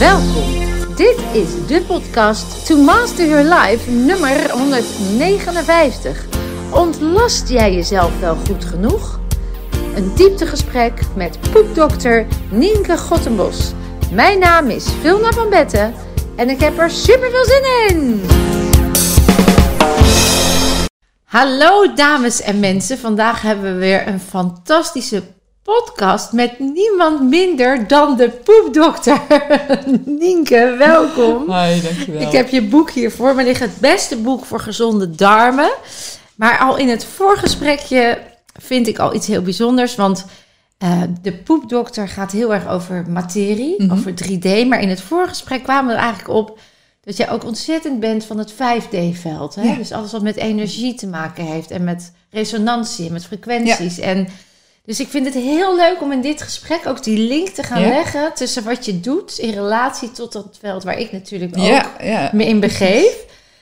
Welkom. Dit is de podcast To Master Your Life nummer 159. Ontlast jij jezelf wel goed genoeg? Een dieptegesprek met poepdokter Nienke Gottenbos. Mijn naam is Vilna van Betten en ik heb er super veel zin in. Hallo dames en mensen, vandaag hebben we weer een fantastische podcast met niemand minder dan de poepdokter. Nienke, welkom. Hoi, dankjewel. Ik heb je boek hier voor me liggen, het beste boek voor gezonde darmen. Maar al in het voorgesprekje vind ik al iets heel bijzonders, want de poepdokter gaat heel erg over materie, over 3D. Maar in het voorgesprek kwamen we er eigenlijk op dat jij ook ontzettend bent van het 5D-veld. Hè? Ja. Dus alles wat met energie te maken heeft en met resonantie en met frequenties. Ja. Dus ik vind het heel leuk om in dit gesprek ook die link te gaan leggen tussen wat je doet in relatie tot dat veld waar ik natuurlijk ook me in begeef.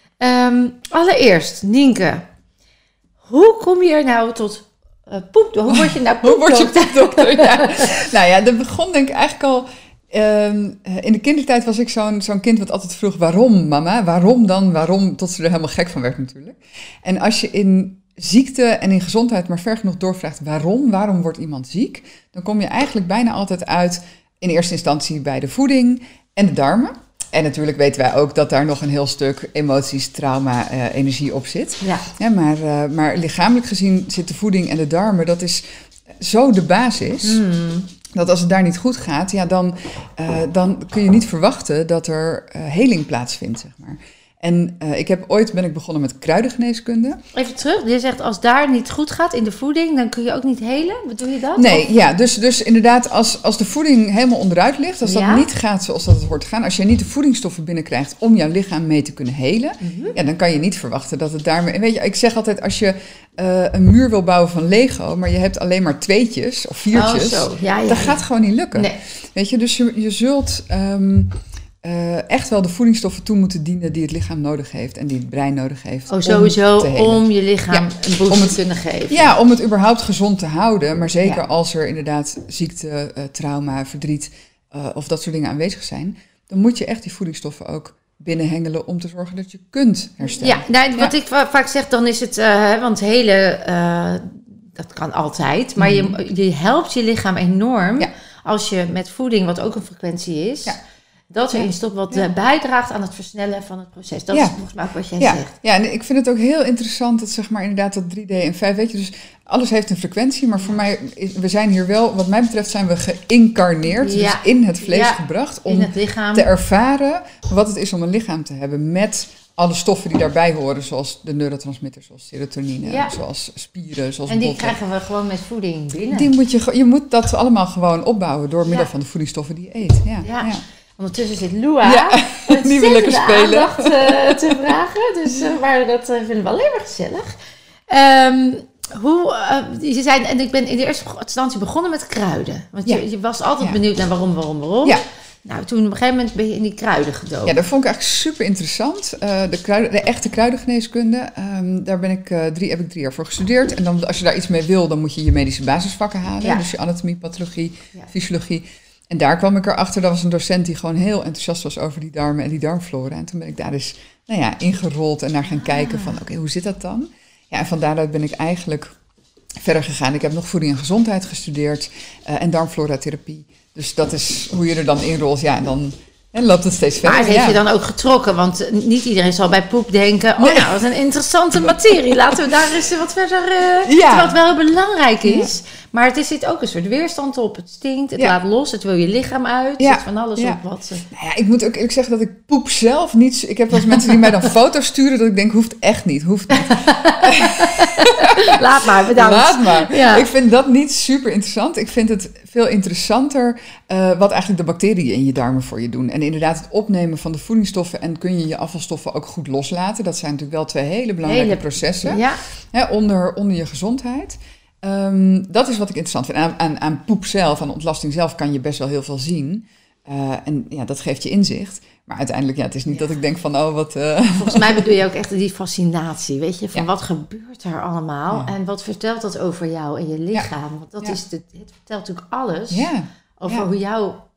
Allereerst, Nienke, hoe kom je er nou tot poepdokter? Hoe word je nou poepdokter? Hoe word je poepdokter? Nou ja, dat begon denk ik eigenlijk al. In de kindertijd was ik zo'n kind wat altijd vroeg, waarom mama? Waarom dan? Waarom? Tot ze er helemaal gek van werd natuurlijk. En als je in ziekte en in gezondheid maar ver genoeg doorvraagt waarom wordt iemand ziek, dan kom je eigenlijk bijna altijd uit in eerste instantie bij de voeding en de darmen. En natuurlijk weten wij ook dat daar nog een heel stuk emoties, trauma, energie op zit. Ja, maar lichamelijk gezien zit de voeding en de darmen, dat is zo de basis. Dat als het daar niet goed gaat, ja, dan kun je niet verwachten dat er heling plaatsvindt, zeg maar. En ben ik begonnen met kruidengeneeskunde. Even terug, je zegt als daar niet goed gaat in de voeding, dan kun je ook niet helen? Bedoel je dat? Nee, ja, dus inderdaad als de voeding helemaal onderuit ligt, als dat niet gaat zoals dat het hoort te gaan, als je niet de voedingsstoffen binnenkrijgt om jouw lichaam mee te kunnen helen, ja, dan kan je niet verwachten dat het daarmee. Weet je, ik zeg altijd, als je een muur wil bouwen van Lego, maar je hebt alleen maar 2'tjes of 4'tjes, dat gaat gewoon niet lukken. Nee. Weet je, dus je zult echt wel de voedingsstoffen toe moeten dienen die het lichaam nodig heeft en die het brein nodig heeft. Sowieso om je lichaam een boost te kunnen geven. Ja, om het überhaupt gezond te houden. Maar zeker als er inderdaad ziekte, trauma, verdriet of dat soort dingen aanwezig zijn, dan moet je echt die voedingsstoffen ook binnenhengelen om te zorgen dat je kunt herstellen. Ja, wat ik vaak zeg, dan is het, want dat kan altijd, maar je helpt je lichaam enorm als je met voeding, wat ook een frequentie is, dat erin stopt wat bijdraagt aan het versnellen van het proces. Dat is volgens mij ook wat jij zegt. Ja, en ik vind het ook heel interessant dat zeg maar inderdaad dat 3D en 5, weet je, dus alles heeft een frequentie, maar voor mij, we zijn hier wel, wat mij betreft zijn we geïncarneerd, dus in het vlees gebracht, om het lichaam te ervaren wat het is om een lichaam te hebben met alle stoffen die daarbij horen, zoals de neurotransmitters, zoals serotonine, zoals spieren, zoals en die krijgen we gewoon met voeding binnen. Je moet dat allemaal gewoon opbouwen door middel van de voedingsstoffen die je eet. Ja. Ondertussen zit Lua die wil lekker spelen. Aandacht te vragen. Dus, maar dat vinden we wel heel erg gezellig. Je zei, en ik ben in de eerste instantie begonnen met kruiden. Want je was altijd benieuwd naar waarom. Ja. Nou, toen op een gegeven moment ben je in die kruiden gedoken. Ja, dat vond ik eigenlijk super interessant. De echte kruidengeneeskunde. Daar heb ik 3 jaar voor gestudeerd. En dan, als je daar iets mee wil, dan moet je je medische basisvakken halen. Ja. Dus je anatomie, pathologie, fysiologie. En daar kwam ik erachter, dat was een docent die gewoon heel enthousiast was over die darmen en die darmflora. En toen ben ik daar dus ingerold en naar gaan kijken van oké, hoe zit dat dan? Ja, en van daaruit ben ik eigenlijk verder gegaan. Ik heb nog voeding en gezondheid gestudeerd en darmfloratherapie. Dus dat is hoe je er dan inrolt. Ja, en dan loopt het steeds verder. Maar het heeft je dan ook getrokken, want niet iedereen zal bij poep denken, wat een interessante materie. Laten we daar eens wat verder, terwijl het wel heel belangrijk is. Maar het zit ook een soort weerstand op. Het stinkt, het laat los, het wil je lichaam uit. Er zit van alles op wat ze. Nou ja, ik moet ook eerlijk zeggen dat ik poep zelf niet. Ik heb wel eens mensen die mij dan foto's sturen dat ik denk, hoeft echt niet. Laat maar, bedankt. Laat maar. Ja. Ik vind dat niet super interessant. Ik vind het veel interessanter wat eigenlijk de bacteriën in je darmen voor je doen. En inderdaad het opnemen van de voedingsstoffen en kun je je afvalstoffen ook goed loslaten. Dat zijn natuurlijk wel 2 hele belangrijke processen onder je gezondheid. Dat is wat ik interessant vind. Aan poep zelf, aan ontlasting zelf kan je best wel heel veel zien. En dat geeft je inzicht. Maar uiteindelijk, het is niet dat ik denk van, wat... Volgens mij bedoel je ook echt die fascinatie, weet je? Van wat gebeurt er allemaal? Ja. En wat vertelt dat over jou en je lichaam? Want dat is het vertelt natuurlijk alles over hoe jouw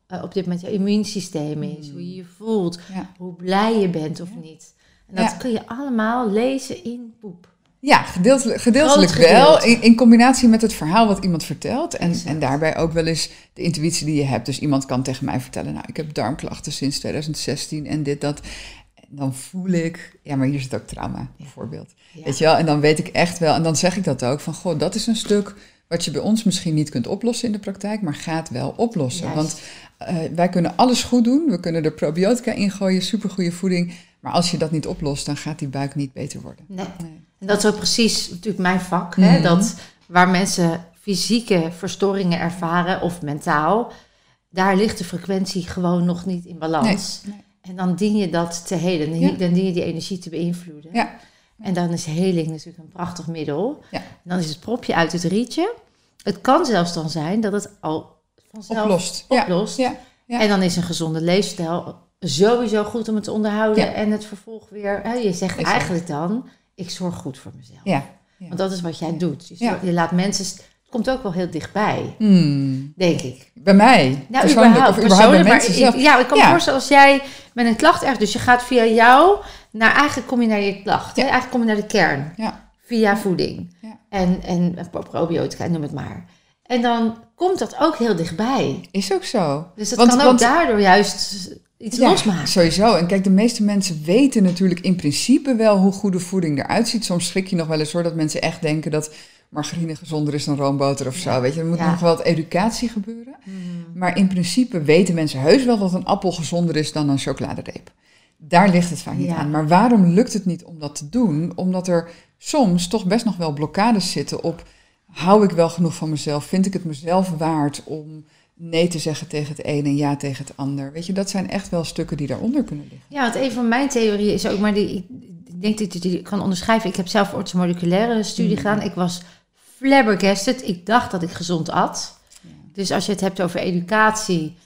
op dit moment je immuunsysteem is. Hoe je je voelt. Ja. Hoe blij je bent of niet. En dat kun je allemaal lezen in poep. Ja, gedeeltelijk wel. In combinatie met het verhaal wat iemand vertelt. En daarbij ook wel eens de intuïtie die je hebt. Dus iemand kan tegen mij vertellen, nou, ik heb darmklachten sinds 2016 en dit, dat. En dan voel ik, ja, maar hier zit ook trauma, bijvoorbeeld. Ja. Weet je wel? En dan weet ik echt wel, en dan zeg ik dat ook, van goh, dat is een stuk wat je bij ons misschien niet kunt oplossen in de praktijk, maar gaat wel oplossen. Juist. Want wij kunnen alles goed doen. We kunnen er probiotica ingooien, supergoeie voeding. Maar als je dat niet oplost, dan gaat die buik niet beter worden. Nee. En dat is ook precies natuurlijk mijn vak. Hè? Dat waar mensen fysieke verstoringen ervaren of mentaal, daar ligt de frequentie gewoon nog niet in balans. Nee. En dan dien je dat te helen. Dan dien je die energie te beïnvloeden. Ja. En dan is heling natuurlijk een prachtig middel. Ja. En dan is het propje uit het rietje. Het kan zelfs dan zijn dat het al vanzelf oplost. Ja. Ja. En dan is een gezonde leefstijl sowieso goed om het te onderhouden. Ja. En het vervolg weer. Je zegt eigenlijk dan, ik zorg goed voor mezelf. Ja. Ja. Want dat is wat jij doet. Je laat mensen. Het komt ook wel heel dichtbij, denk ik. Bij mij? Nou, überhaupt bij mensen zelf. Ik kan me voorstellen als jij met een klacht ergens. Dus je gaat via jou eigenlijk kom je naar je klacht. Ja. Hè? Eigenlijk kom je naar de kern. Ja. Via voeding. Ja. En probiotica, noem het maar. En dan komt dat ook heel dichtbij. Is ook zo. Dus dat kan ook daardoor juist iets losmaken. Sowieso. En kijk, de meeste mensen weten natuurlijk in principe wel hoe goede voeding eruit ziet. Soms schrik je nog wel eens hoor dat mensen echt denken dat margarine gezonder is dan roomboter of zo. Weet je, er moet nog wel wat educatie gebeuren. Maar in principe weten mensen heus wel dat een appel gezonder is dan een chocoladereep. Daar ligt het vaak niet aan. Maar waarom lukt het niet om dat te doen? Omdat er soms toch best nog wel blokkades zitten op, hou ik wel genoeg van mezelf? Vind ik het mezelf waard om nee te zeggen tegen het ene en ja tegen het ander? Weet je, dat zijn echt wel stukken die daaronder kunnen liggen. Ja, want een van mijn theorieën is ook, maar ik denk dat ik die kan onderschrijven. Ik heb zelf orthomoleculaire studie gedaan. Ik was flabbergasted. Ik dacht dat ik gezond at. Ja. Dus als je het hebt over educatie,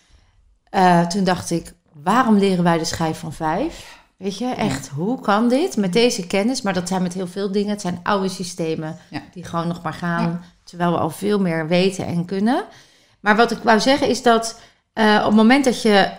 toen dacht ik, waarom leren wij de schijf van 5? Weet je, echt, hoe kan dit met deze kennis? Maar dat zijn met heel veel dingen. Het zijn oude systemen die gewoon nog maar gaan, terwijl we al veel meer weten en kunnen. Maar wat ik wou zeggen is dat op het moment dat je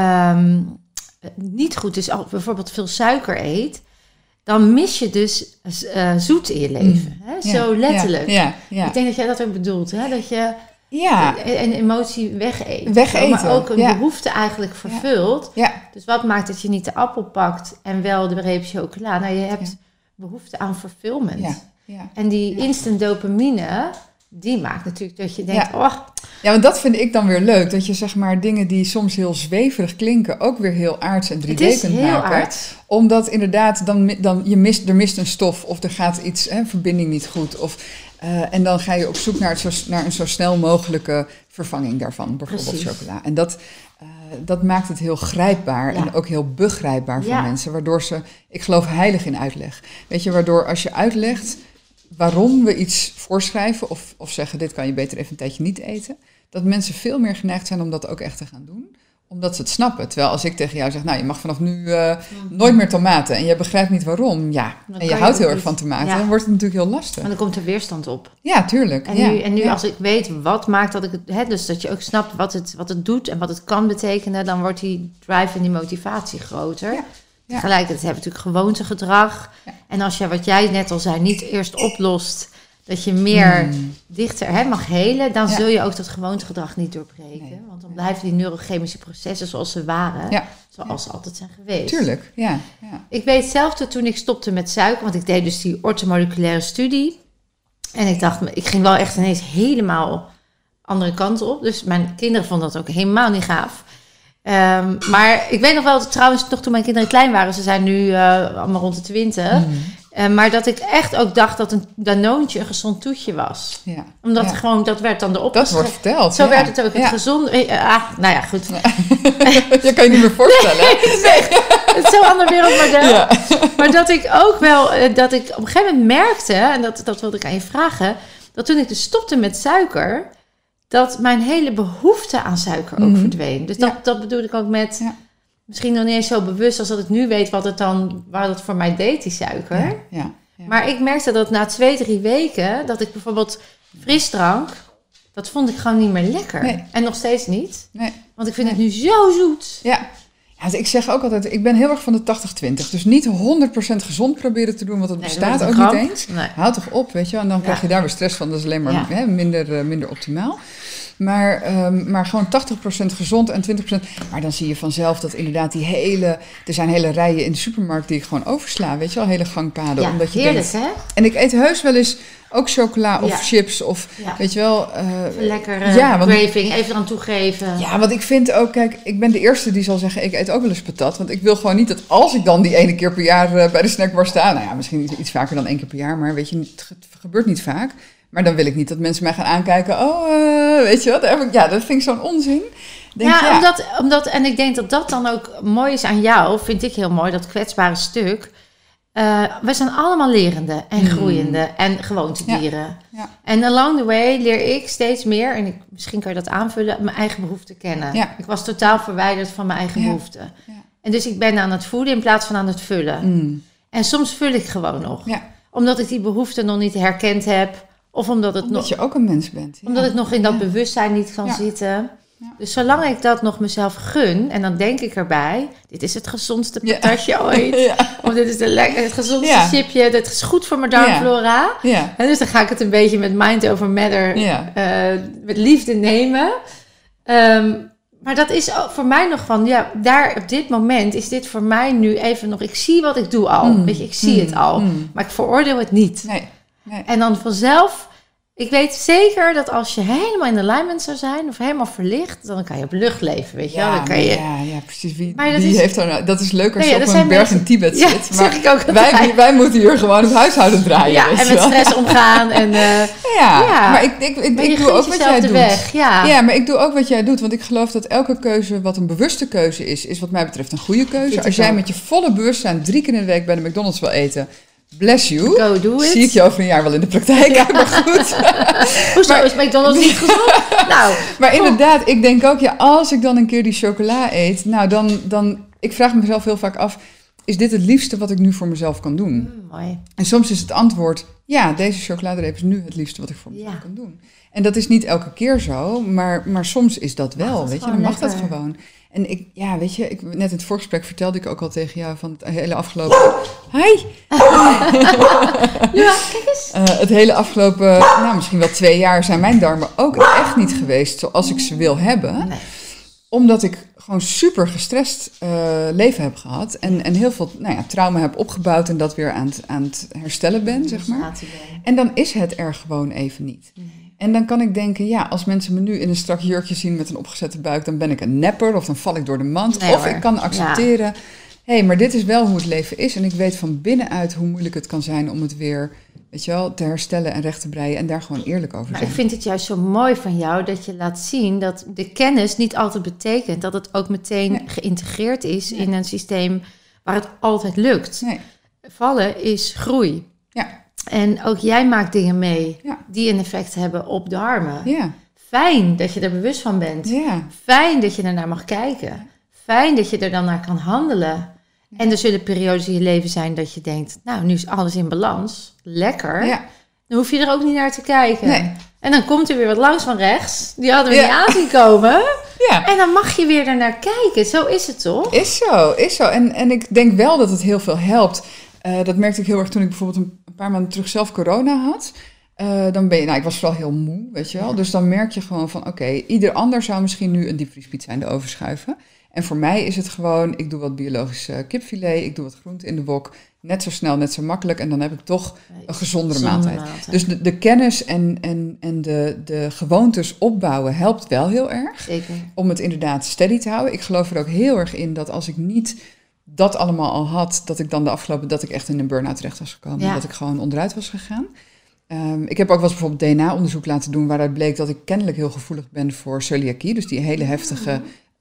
niet goed is, bijvoorbeeld veel suiker eet, dan mis je dus zoet in je leven. Hè? Zo letterlijk. Ik denk dat jij dat ook bedoelt, hè? Dat je een emotie wegeten. Maar ook een behoefte eigenlijk vervult. Ja. Dus wat maakt dat je niet de appel pakt en wel de reep chocola? Nou, je hebt behoefte aan fulfillment. Ja. Ja. En die instant dopamine, die maakt natuurlijk dat je denkt, Ja, want dat vind ik dan weer leuk. Dat je zeg maar dingen die soms heel zweverig klinken ook weer heel aards en 3D kunt maken. Omdat inderdaad, er mist een stof of er gaat iets, verbinding niet goed. En dan ga je op zoek naar een zo snel mogelijke vervanging daarvan. Bijvoorbeeld chocola. En dat maakt het heel grijpbaar en ook heel begrijpbaar voor mensen. Waardoor ik geloof heilig in uitleg. Weet je, waardoor als je uitlegt waarom we iets voorschrijven of zeggen, dit kan je beter even een tijdje niet eten, dat mensen veel meer geneigd zijn om dat ook echt te gaan doen, omdat ze het snappen. Terwijl als ik tegen jou zeg, nou, je mag vanaf nu nooit meer tomaten en je begrijpt niet waarom, en je houdt heel erg van tomaten, dan wordt het natuurlijk heel lastig. En dan komt er weerstand op. Ja, tuurlijk. En nu als ik weet wat maakt dat ik het, dus dat je ook snapt wat het doet en wat het kan betekenen, dan wordt die drive en die motivatie groter. Ja. Tegelijkertijd hebben we natuurlijk gewoontegedrag. Ja. En als je, wat jij net al zei, niet eerst oplost, dat je meer dichter mag helen, dan zul je ook dat gewoontegedrag niet doorbreken. Nee. Want dan blijven die neurochemische processen zoals ze waren, zoals ze altijd zijn geweest. Tuurlijk, ja. Ik weet zelf dat toen ik stopte met suiker, want ik deed dus die orthomoleculaire studie. En ik dacht, ik ging wel echt ineens helemaal andere kant op. Dus mijn kinderen vonden dat ook helemaal niet gaaf. Maar ik weet nog wel, trouwens, nog toen mijn kinderen klein waren, ze zijn nu allemaal rond de 20. Maar dat ik echt ook dacht dat een danoontje een gezond toetje was. Ja. Omdat gewoon, dat werd dan de oplossing. Dat wordt verteld. Zo werd het ook het gezond. Nou ja, goed. Je kan je niet meer voorstellen. Nee, het is zo'n ander wereldmodel. Ja. Maar dat ik ook wel, dat ik op een gegeven moment merkte, en dat wilde ik aan je vragen, dat toen ik dus stopte met suiker, dat mijn hele behoefte aan suiker ook verdween. Dus dat bedoel ik ook met, misschien nog niet eens zo bewust als dat ik nu weet waar het voor mij deed, die suiker. Ja. Maar ik merkte dat na 2-3 weken, dat ik bijvoorbeeld frisdrank, dat vond ik gewoon niet meer lekker. Nee. En nog steeds niet. Nee. Want ik vind het nu zo zoet. Ja. Ja, dus ik zeg ook altijd, ik ben heel erg van de 80-20. Dus niet 100% gezond proberen te doen, want dat bestaat ook niet eens. Nee. Houd toch op, weet je wel. En dan krijg je daar weer stress van. Dat is alleen maar minder optimaal. Maar gewoon 80% gezond en 20%. Maar dan zie je vanzelf dat inderdaad er zijn hele rijen in de supermarkt die ik gewoon oversla. Weet je wel, hele gangpaden. Ja, omdat je heerlijk denkt, hè? En ik eet heus wel eens ook chocola of chips of weet je wel. Lekker craving, even eraan toegeven. Ja, want ik vind ook, kijk, ik ben de eerste die zal zeggen, ik eet ook wel eens patat. Want ik wil gewoon niet dat als ik dan die ene keer per jaar bij de snackbar sta. Nou ja, misschien iets vaker dan 1 keer per jaar, maar weet je, het gebeurt niet vaak. Maar dan wil ik niet dat mensen mij gaan aankijken. Weet je wat? Ja, dat vind ik zo'n onzin. Omdat, en ik denk dat dat dan ook mooi is aan jou, vind ik heel mooi, dat kwetsbare stuk. We zijn allemaal lerende en groeiende en gewoontedieren. Ja. En along the way leer ik steeds meer, en misschien kan je dat aanvullen, mijn eigen behoeften kennen. Ja. Ik was totaal verwijderd van mijn eigen behoeften. Ja. En dus ik ben aan het voeden in plaats van aan het vullen. En soms vul ik gewoon nog. Ja. Omdat ik die behoeften nog niet herkend heb. Of omdat je ook een mens bent. Ja. Omdat ik nog in dat bewustzijn niet kan zitten. Ja. Dus zolang ik dat nog mezelf gun, en dan denk ik erbij, dit is het gezondste patatje ooit. Ja. Of dit is het gezondste chipje, dit is goed voor mijn darmflora. Ja. En dus dan ga ik het een beetje met mind over matter, met liefde nemen. Maar dat is voor mij nog van, daar op dit moment is dit voor mij nu even nog, ik zie wat ik doe al. Weet je, ik zie het al, maar ik veroordeel het niet. Nee. En dan vanzelf, ik weet zeker dat als je helemaal in alignment zou zijn of helemaal verlicht, dan kan je op lucht leven, weet je wel. Dan kan je... Ja, precies. Dat is leuk als je op een berg in Tibet zit. Maar zeg ik ook wij moeten hier gewoon het huishouden draaien. Ja, en met stress omgaan. En, maar ik doe ook wat jij doet. Maar ik doe ook wat jij doet, want ik geloof dat elke keuze wat een bewuste keuze is wat mij betreft een goede keuze. Als jij met je volle bewustzijn 3 keer in de week bij de McDonald's wil eten, bless you. Go do it. Zie ik je over een jaar wel in de praktijk. Maar goed. Hoezo is McDonald's niet gezond? Maar inderdaad, ik denk ook, als ik dan een keer die chocola eet, nou dan ik vraag mezelf heel vaak af, is dit het liefste wat ik nu voor mezelf kan doen? Mooi. En soms is het antwoord, deze chocoladereep is nu het liefste wat ik voor mezelf kan doen. En dat is niet elke keer zo, maar soms is dat wel, weet je. Dan mag dat gewoon. En net in het voorgesprek vertelde ik ook al tegen jou van het hele afgelopen... Hi! Kijk eens. Het hele afgelopen, misschien wel 2 jaar zijn mijn darmen ook echt niet geweest zoals ik ze wil hebben. Nee. Omdat ik gewoon super gestrest leven heb gehad. En heel veel trauma heb opgebouwd en dat weer aan het herstellen ben, zeg maar. En dan is het er gewoon even niet. Nee. En dan kan ik denken, als mensen me nu in een strak jurkje zien met een opgezette buik, dan ben ik een nepper of dan val ik door de mand. Nee, of ik kan accepteren, maar dit is wel hoe het leven is. En ik weet van binnenuit hoe moeilijk het kan zijn om het weer, weet je wel, te herstellen en recht te breien en daar gewoon eerlijk over te zijn. Ik vind het juist zo mooi van jou dat je laat zien dat de kennis niet altijd betekent dat het ook meteen geïntegreerd is in een systeem waar het altijd lukt. Nee. Vallen is groei. Ja. En ook jij maakt dingen mee die een effect hebben op de darmen. Ja. Fijn dat je er bewust van bent. Ja. Fijn dat je ernaar mag kijken. Fijn dat je er dan naar kan handelen. Ja. En er zullen periodes in je leven zijn dat je denkt, nu is alles in balans. Lekker. Ja. Dan hoef je er ook niet naar te kijken. Nee. En dan komt er weer wat langs van rechts. Die hadden we niet aan zien komen. Ja. En dan mag je weer ernaar kijken. Zo is het toch? Is zo. En ik denk wel dat het heel veel helpt. Dat merkte ik heel erg toen ik bijvoorbeeld een paar maanden terug zelf corona had. Dan ben je, ik was vooral heel moe, weet je wel. Ja. Dus dan merk je gewoon van, ieder ander zou misschien nu een diepvriespizza in de oven schuiven. En voor mij is het gewoon, ik doe wat biologisch kipfilet, ik doe wat groente in de wok. Net zo snel, net zo makkelijk. En dan heb ik toch een gezondere maaltijd. Dus de kennis en de gewoontes opbouwen helpt wel heel erg. Zeker. Om het inderdaad steady te houden. Ik geloof er ook heel erg in dat als ik niet dat allemaal al had, dat ik dan dat ik echt in een burn-out terecht was gekomen. Ja. Dat ik gewoon onderuit was gegaan. Ik heb ook wel eens bijvoorbeeld DNA-onderzoek laten doen, waaruit bleek dat ik kennelijk heel gevoelig ben voor celiakie. Dus die hele heftige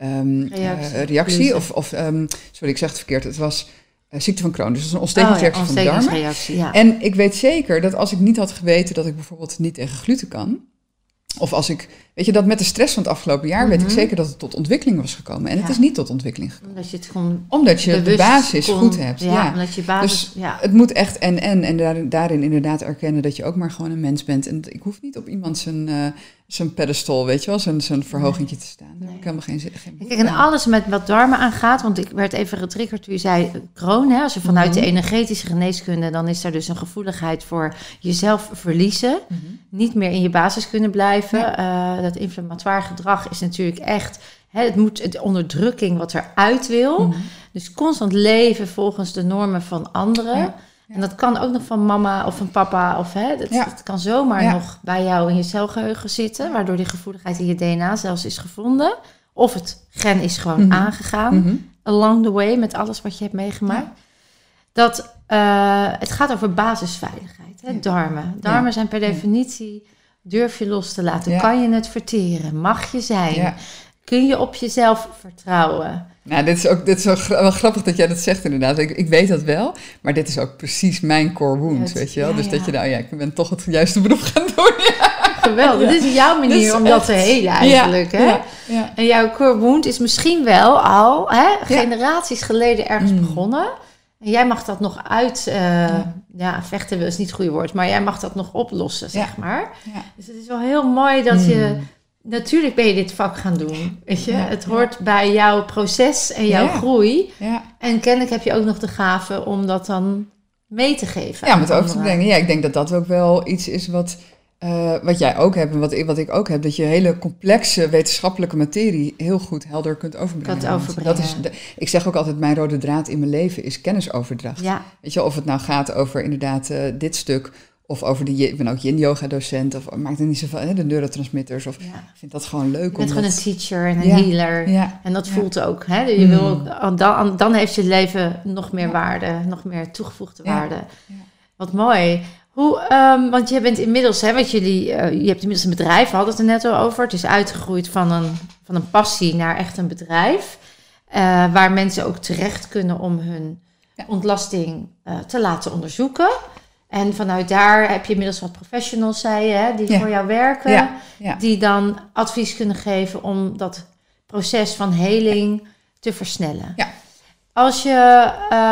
reactie. Sorry, ik zeg het verkeerd. Het was ziekte van Crohn. Dus dat is een ontstekingsreactie van de darmen. Ja. En ik weet zeker dat als ik niet had geweten dat ik bijvoorbeeld niet tegen gluten kan, Of als ik, weet je, dat met de stress van het afgelopen jaar weet ik zeker dat het tot ontwikkeling was gekomen. En het is niet tot ontwikkeling gekomen. Omdat je de basis goed hebt. Ja, omdat je basis... Dus het moet echt en daarin inderdaad erkennen dat je ook maar gewoon een mens bent. En ik hoef niet op iemand zijn pedestal, weet je wel, zijn verhogingje te staan. Daar heb ik helemaal geen Kijk, en alles met wat darmen aangaat, want ik werd even getriggerd toen je zei Crohn, hè, als je vanuit de energetische geneeskunde, dan is er dus een gevoeligheid voor jezelf verliezen, niet meer in je basis kunnen blijven. Ja. Dat inflammatoire gedrag is natuurlijk echt, het moet de onderdrukking wat eruit wil. Dus constant leven volgens de normen van anderen. Ja. En dat kan ook nog van mama of van papa. Of, dat kan zomaar nog bij jou in je celgeheugen zitten. Waardoor die gevoeligheid in je DNA zelfs is gevonden. Of het gen is gewoon aangegaan. Along the way met alles wat je hebt meegemaakt. Het gaat over basisveiligheid. Hè? Darmen. Darmen zijn per definitie, durf je los te laten. Ja. Kan je het verteren? Mag je zijn? Ja. Kun je op jezelf vertrouwen? Nou, dit is wel grappig dat jij dat zegt inderdaad. Ik weet dat wel, maar dit is ook precies mijn core wound, weet je wel. Ja, dus dat je ik ben toch het juiste beroep gaan doen. Ja. Geweldig, dit is jouw manier om dat te helen eigenlijk. Hè? Ja. En jouw core wound is misschien wel al generaties geleden ergens begonnen. En jij mag dat nog vechten is niet het goede woord, maar jij mag dat nog oplossen, zeg maar. Ja. Dus het is wel heel mooi dat je... Natuurlijk ben je dit vak gaan doen, weet je. Het hoort bij jouw proces en jouw groei. Ja. En kennelijk heb je ook nog de gave om dat dan mee te geven. Ja, om het over te brengen. Ja, ik denk dat dat ook wel iets is wat jij ook hebt en wat ik ook heb. Dat je hele complexe wetenschappelijke materie heel goed helder kunt overbrengen. Ik zeg ook altijd, mijn rode draad in mijn leven is kennisoverdracht. Ja. Weet je, of het nou gaat over inderdaad dit stuk... Of over ik ben ook yin-yoga-docent, of maakt het niet zoveel, de neurotransmitters. Of ik vind dat gewoon leuk. Je bent gewoon een teacher en een healer. Ja, en dat voelt ook. Hè? Je wil ook, dan heeft je leven nog meer waarde, nog meer toegevoegde waarde. Ja. Wat mooi. Want je bent inmiddels, je hebt inmiddels een bedrijf, we hadden het er net al over. Het is uitgegroeid van een passie naar echt een bedrijf. Waar mensen ook terecht kunnen om hun ontlasting te laten onderzoeken. En vanuit daar heb je inmiddels wat professionals, zei je, die voor jou werken. Ja. Die dan advies kunnen geven om dat proces van heling te versnellen. Ja. Als je,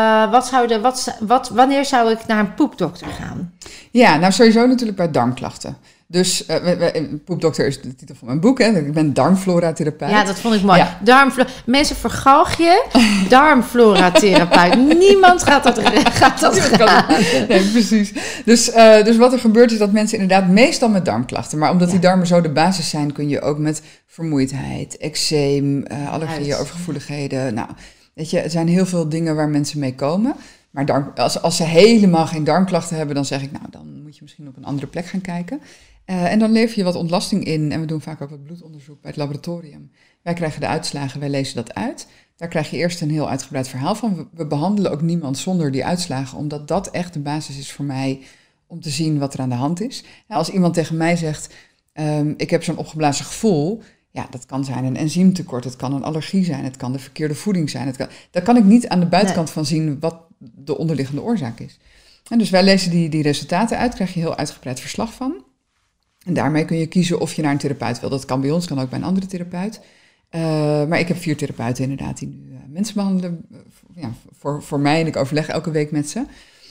wanneer zou ik naar een poepdokter gaan? Ja, nou sowieso natuurlijk bij darmklachten. Dus poepdokter is de titel van mijn boek. Hè. Ik ben darmflora-therapeut. Ja, dat vond ik mooi. Ja. Mensen, vergalg je darmflora-therapeut. Niemand gaat dat gaan. Nee, precies. Dus wat er gebeurt is dat mensen inderdaad meestal met darmklachten. Maar omdat die darmen zo de basis zijn, kun je ook met vermoeidheid, eczeem, allergieën, overgevoeligheden. Nou, weet je, er zijn heel veel dingen waar mensen mee komen. Maar als ze helemaal geen darmklachten hebben, dan zeg ik, nou, dan moet je misschien op een andere plek gaan kijken. En dan lever je wat ontlasting in. En we doen vaak ook wat bloedonderzoek bij het laboratorium. Wij krijgen de uitslagen, wij lezen dat uit. Daar krijg je eerst een heel uitgebreid verhaal van. We behandelen ook niemand zonder die uitslagen, omdat dat echt de basis is voor mij om te zien wat er aan de hand is. Nou, als iemand tegen mij zegt, ik heb zo'n opgeblazen gevoel... Ja, dat kan zijn een enzymtekort, het kan een allergie zijn, het kan de verkeerde voeding zijn. Daar kan ik niet aan de buitenkant van zien wat de onderliggende oorzaak is. En dus wij lezen die resultaten uit, krijg je heel uitgebreid verslag van. En daarmee kun je kiezen of je naar een therapeut wil. Dat kan bij ons, kan ook bij een andere therapeut. Maar ik heb 4 therapeuten inderdaad die nu mensen behandelen voor mij. En ik overleg elke week met ze.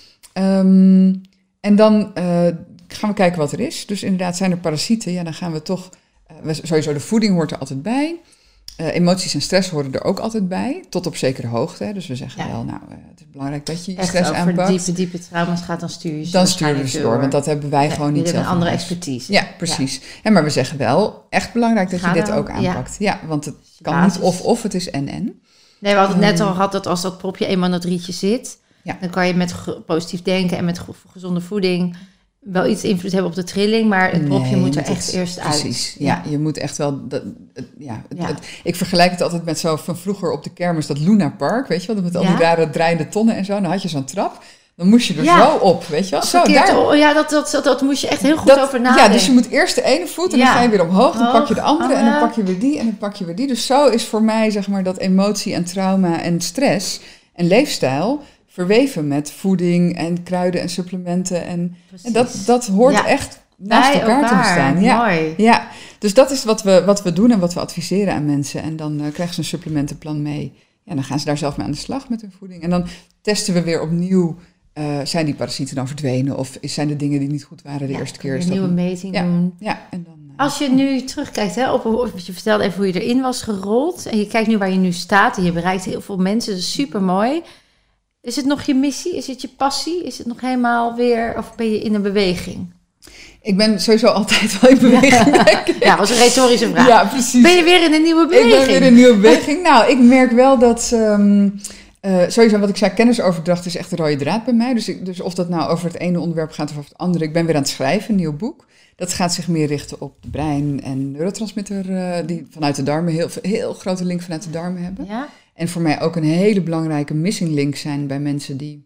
En dan gaan we kijken wat er is. Dus inderdaad zijn er parasieten, ja, dan gaan we toch... Sowieso de voeding hoort er altijd bij. Emoties en stress horen er ook altijd bij. Tot op zekere hoogte. Hè. Dus we zeggen wel, het is belangrijk dat je stress aanpakt. Echt over diepe trauma's gaat, dan stuur je ze dan sturen we ze door. Want dat hebben wij gewoon niet zelf. We hebben een andere expertise. Ja, precies. Ja, maar we zeggen wel, echt belangrijk dat je dit ook aanpakt. Ja, want het kan niet of het is en. Nee, we hadden het net al gehad dat als dat propje eenmaal in dat rietje zit... dan kan je met positief denken en met gezonde voeding... wel iets invloed hebben op de trilling, maar het propje moet er echt eerst uit. Precies, ja. Je moet echt wel... ik vergelijk het altijd met zo van vroeger op de kermis, dat Luna Park, weet je wel, met al die rare draaiende tonnen en zo. Dan had je zo'n trap, dan moest je er zo op, weet je wel. Zo, dat moest je echt heel goed over nadenken. Ja, dus je moet eerst de ene voet en dan ga je weer omhoog, dan pak je de andere en dan pak je weer die en dan pak je weer die. Dus zo is voor mij, zeg maar, dat emotie en trauma en stress en leefstijl... verweven met voeding en kruiden en supplementen. En dat hoort echt naast elkaar te bestaan. Ja. Mooi. Ja, dus dat is wat we doen en wat we adviseren aan mensen. En dan krijgen ze een supplementenplan mee. Ja, dan gaan ze daar zelf mee aan de slag met hun voeding. En dan testen we weer opnieuw, zijn die parasieten dan verdwenen? Of zijn er dingen die niet goed waren de eerste keer? Een nieuwe meting doen. Ja, en dan... Als je nu terugkijkt, hè, je vertelde even hoe je erin was gerold. En je kijkt nu waar je nu staat. En je bereikt heel veel mensen. Dat is super mooi. Is het nog je missie? Is het je passie? Is het nog helemaal weer... Of ben je in een beweging? Ik ben sowieso altijd wel in beweging. Ja, dat was een retorische vraag. Ja, precies. Ben je weer in een nieuwe beweging? Ik ben weer in een nieuwe beweging. Nou, ik merk wel dat... sowieso wat ik zei, kennisoverdracht is echt de rode draad bij mij. Dus of dat nou over het ene onderwerp gaat of over het andere. Ik ben weer aan het schrijven, een nieuw boek. Dat gaat zich meer richten op de brein en neurotransmitter... die vanuit de darmen, heel grote link vanuit de darmen hebben. Ja? En voor mij ook een hele belangrijke missing link zijn bij mensen die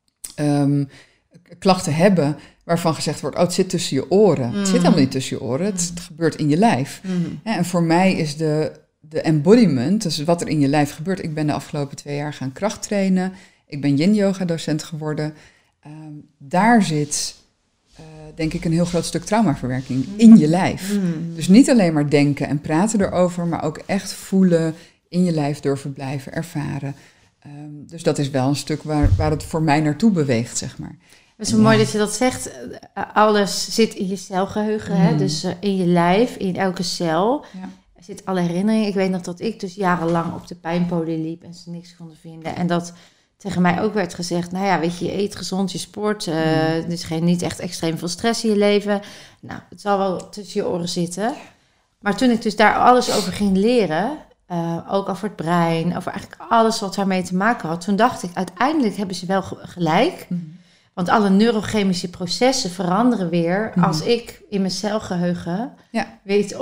klachten hebben... waarvan gezegd wordt, het zit tussen je oren. Het zit helemaal niet tussen je oren, het gebeurt in je lijf. En voor mij is de embodiment, dus wat er in je lijf gebeurt... Ik ben de afgelopen 2 jaar gaan krachttrainen. Ik ben yin-yoga docent geworden. Daar zit, denk ik, een heel groot stuk traumaverwerking in je lijf. Dus niet alleen maar denken en praten erover... maar ook echt voelen, in je lijf durven blijven, ervaren. Dus dat is wel een stuk waar het voor mij naartoe beweegt, zeg maar. Het is zo mooi dat je dat zegt. Alles zit in je celgeheugen, hè? Dus in je lijf, in elke cel. Ja. Er zit alle herinneringen. Ik weet nog dat ik dus jarenlang op de pijnpolie liep en ze niks konden vinden. En dat tegen mij ook werd gezegd, nou ja, weet je, je eet gezond, je sport. Er is niet echt extreem veel stress in je leven. Nou, het zal wel tussen je oren zitten. Maar toen ik dus daar alles over ging leren, ook over het brein, over eigenlijk alles wat daarmee te maken had. Toen dacht ik, uiteindelijk hebben ze wel gelijk. Want alle neurochemische processen veranderen weer als ik in mijn celgeheugen weet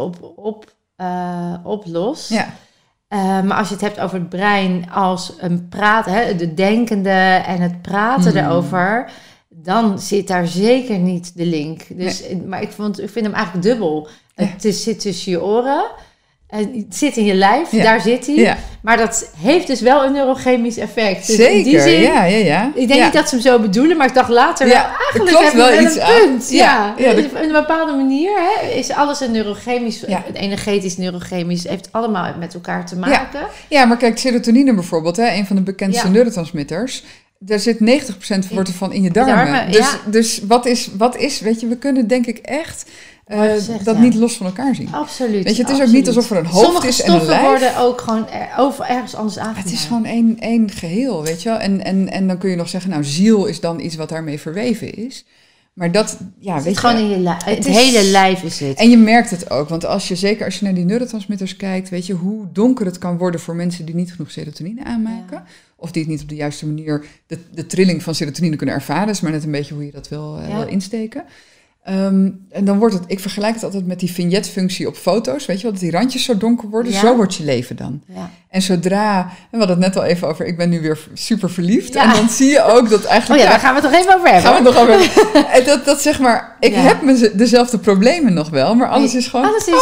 oplos. Ja. Maar als je het hebt over het brein als een praten, de denkende en het praten erover, dan zit daar zeker niet de link. Dus, maar ik vind hem eigenlijk dubbel. Het zit tussen je oren. Het zit in je lijf, daar zit hij. Ja. Maar dat heeft dus wel een neurochemisch effect. Dus zeker, in die zin, Ik denk niet dat ze hem zo bedoelen, maar ik dacht later wel, eigenlijk heb je wel iets een punt. Dus op een bepaalde manier is alles een neurochemisch, energetisch, neurochemisch, heeft allemaal met elkaar te maken. Ja, maar kijk, serotonine bijvoorbeeld, een van de bekendste neurotransmitters. Daar zit 90% wordt ervan in je darmen. Dus wat is, weet je, we kunnen denk ik echt... dat niet los van elkaar zien. Absoluut. Weet je, het is ook niet alsof er een hoofd is en een lijf. Sommige stoffen worden ook gewoon ergens anders aangemaakt. Het is gewoon één geheel, weet je wel. En dan kun je nog zeggen, nou, ziel is dan iets wat daarmee verweven is. Maar dat, weet je... gewoon in je lijf. Het hele lijf is het. En je merkt het ook, want zeker als je naar die neurotransmitters kijkt, weet je hoe donker het kan worden voor mensen die niet genoeg serotonine aanmaken. Ja. Of die het niet op de juiste manier, de trilling van serotonine kunnen ervaren. Dat is maar net een beetje hoe je dat wil insteken. En dan wordt het, ik vergelijk het altijd met die vignetfunctie op foto's, weet je wel, dat die randjes zo donker worden, zo wordt je leven dan. Ja. En zodra, en we hadden het net al even over, ik ben nu weer super verliefd, en dan zie je ook dat eigenlijk... daar gaan we het toch even over hebben. Gaan we het nog over hebben. dat zeg maar, ik heb dezelfde problemen nog wel, maar alles is gewoon... Alles is...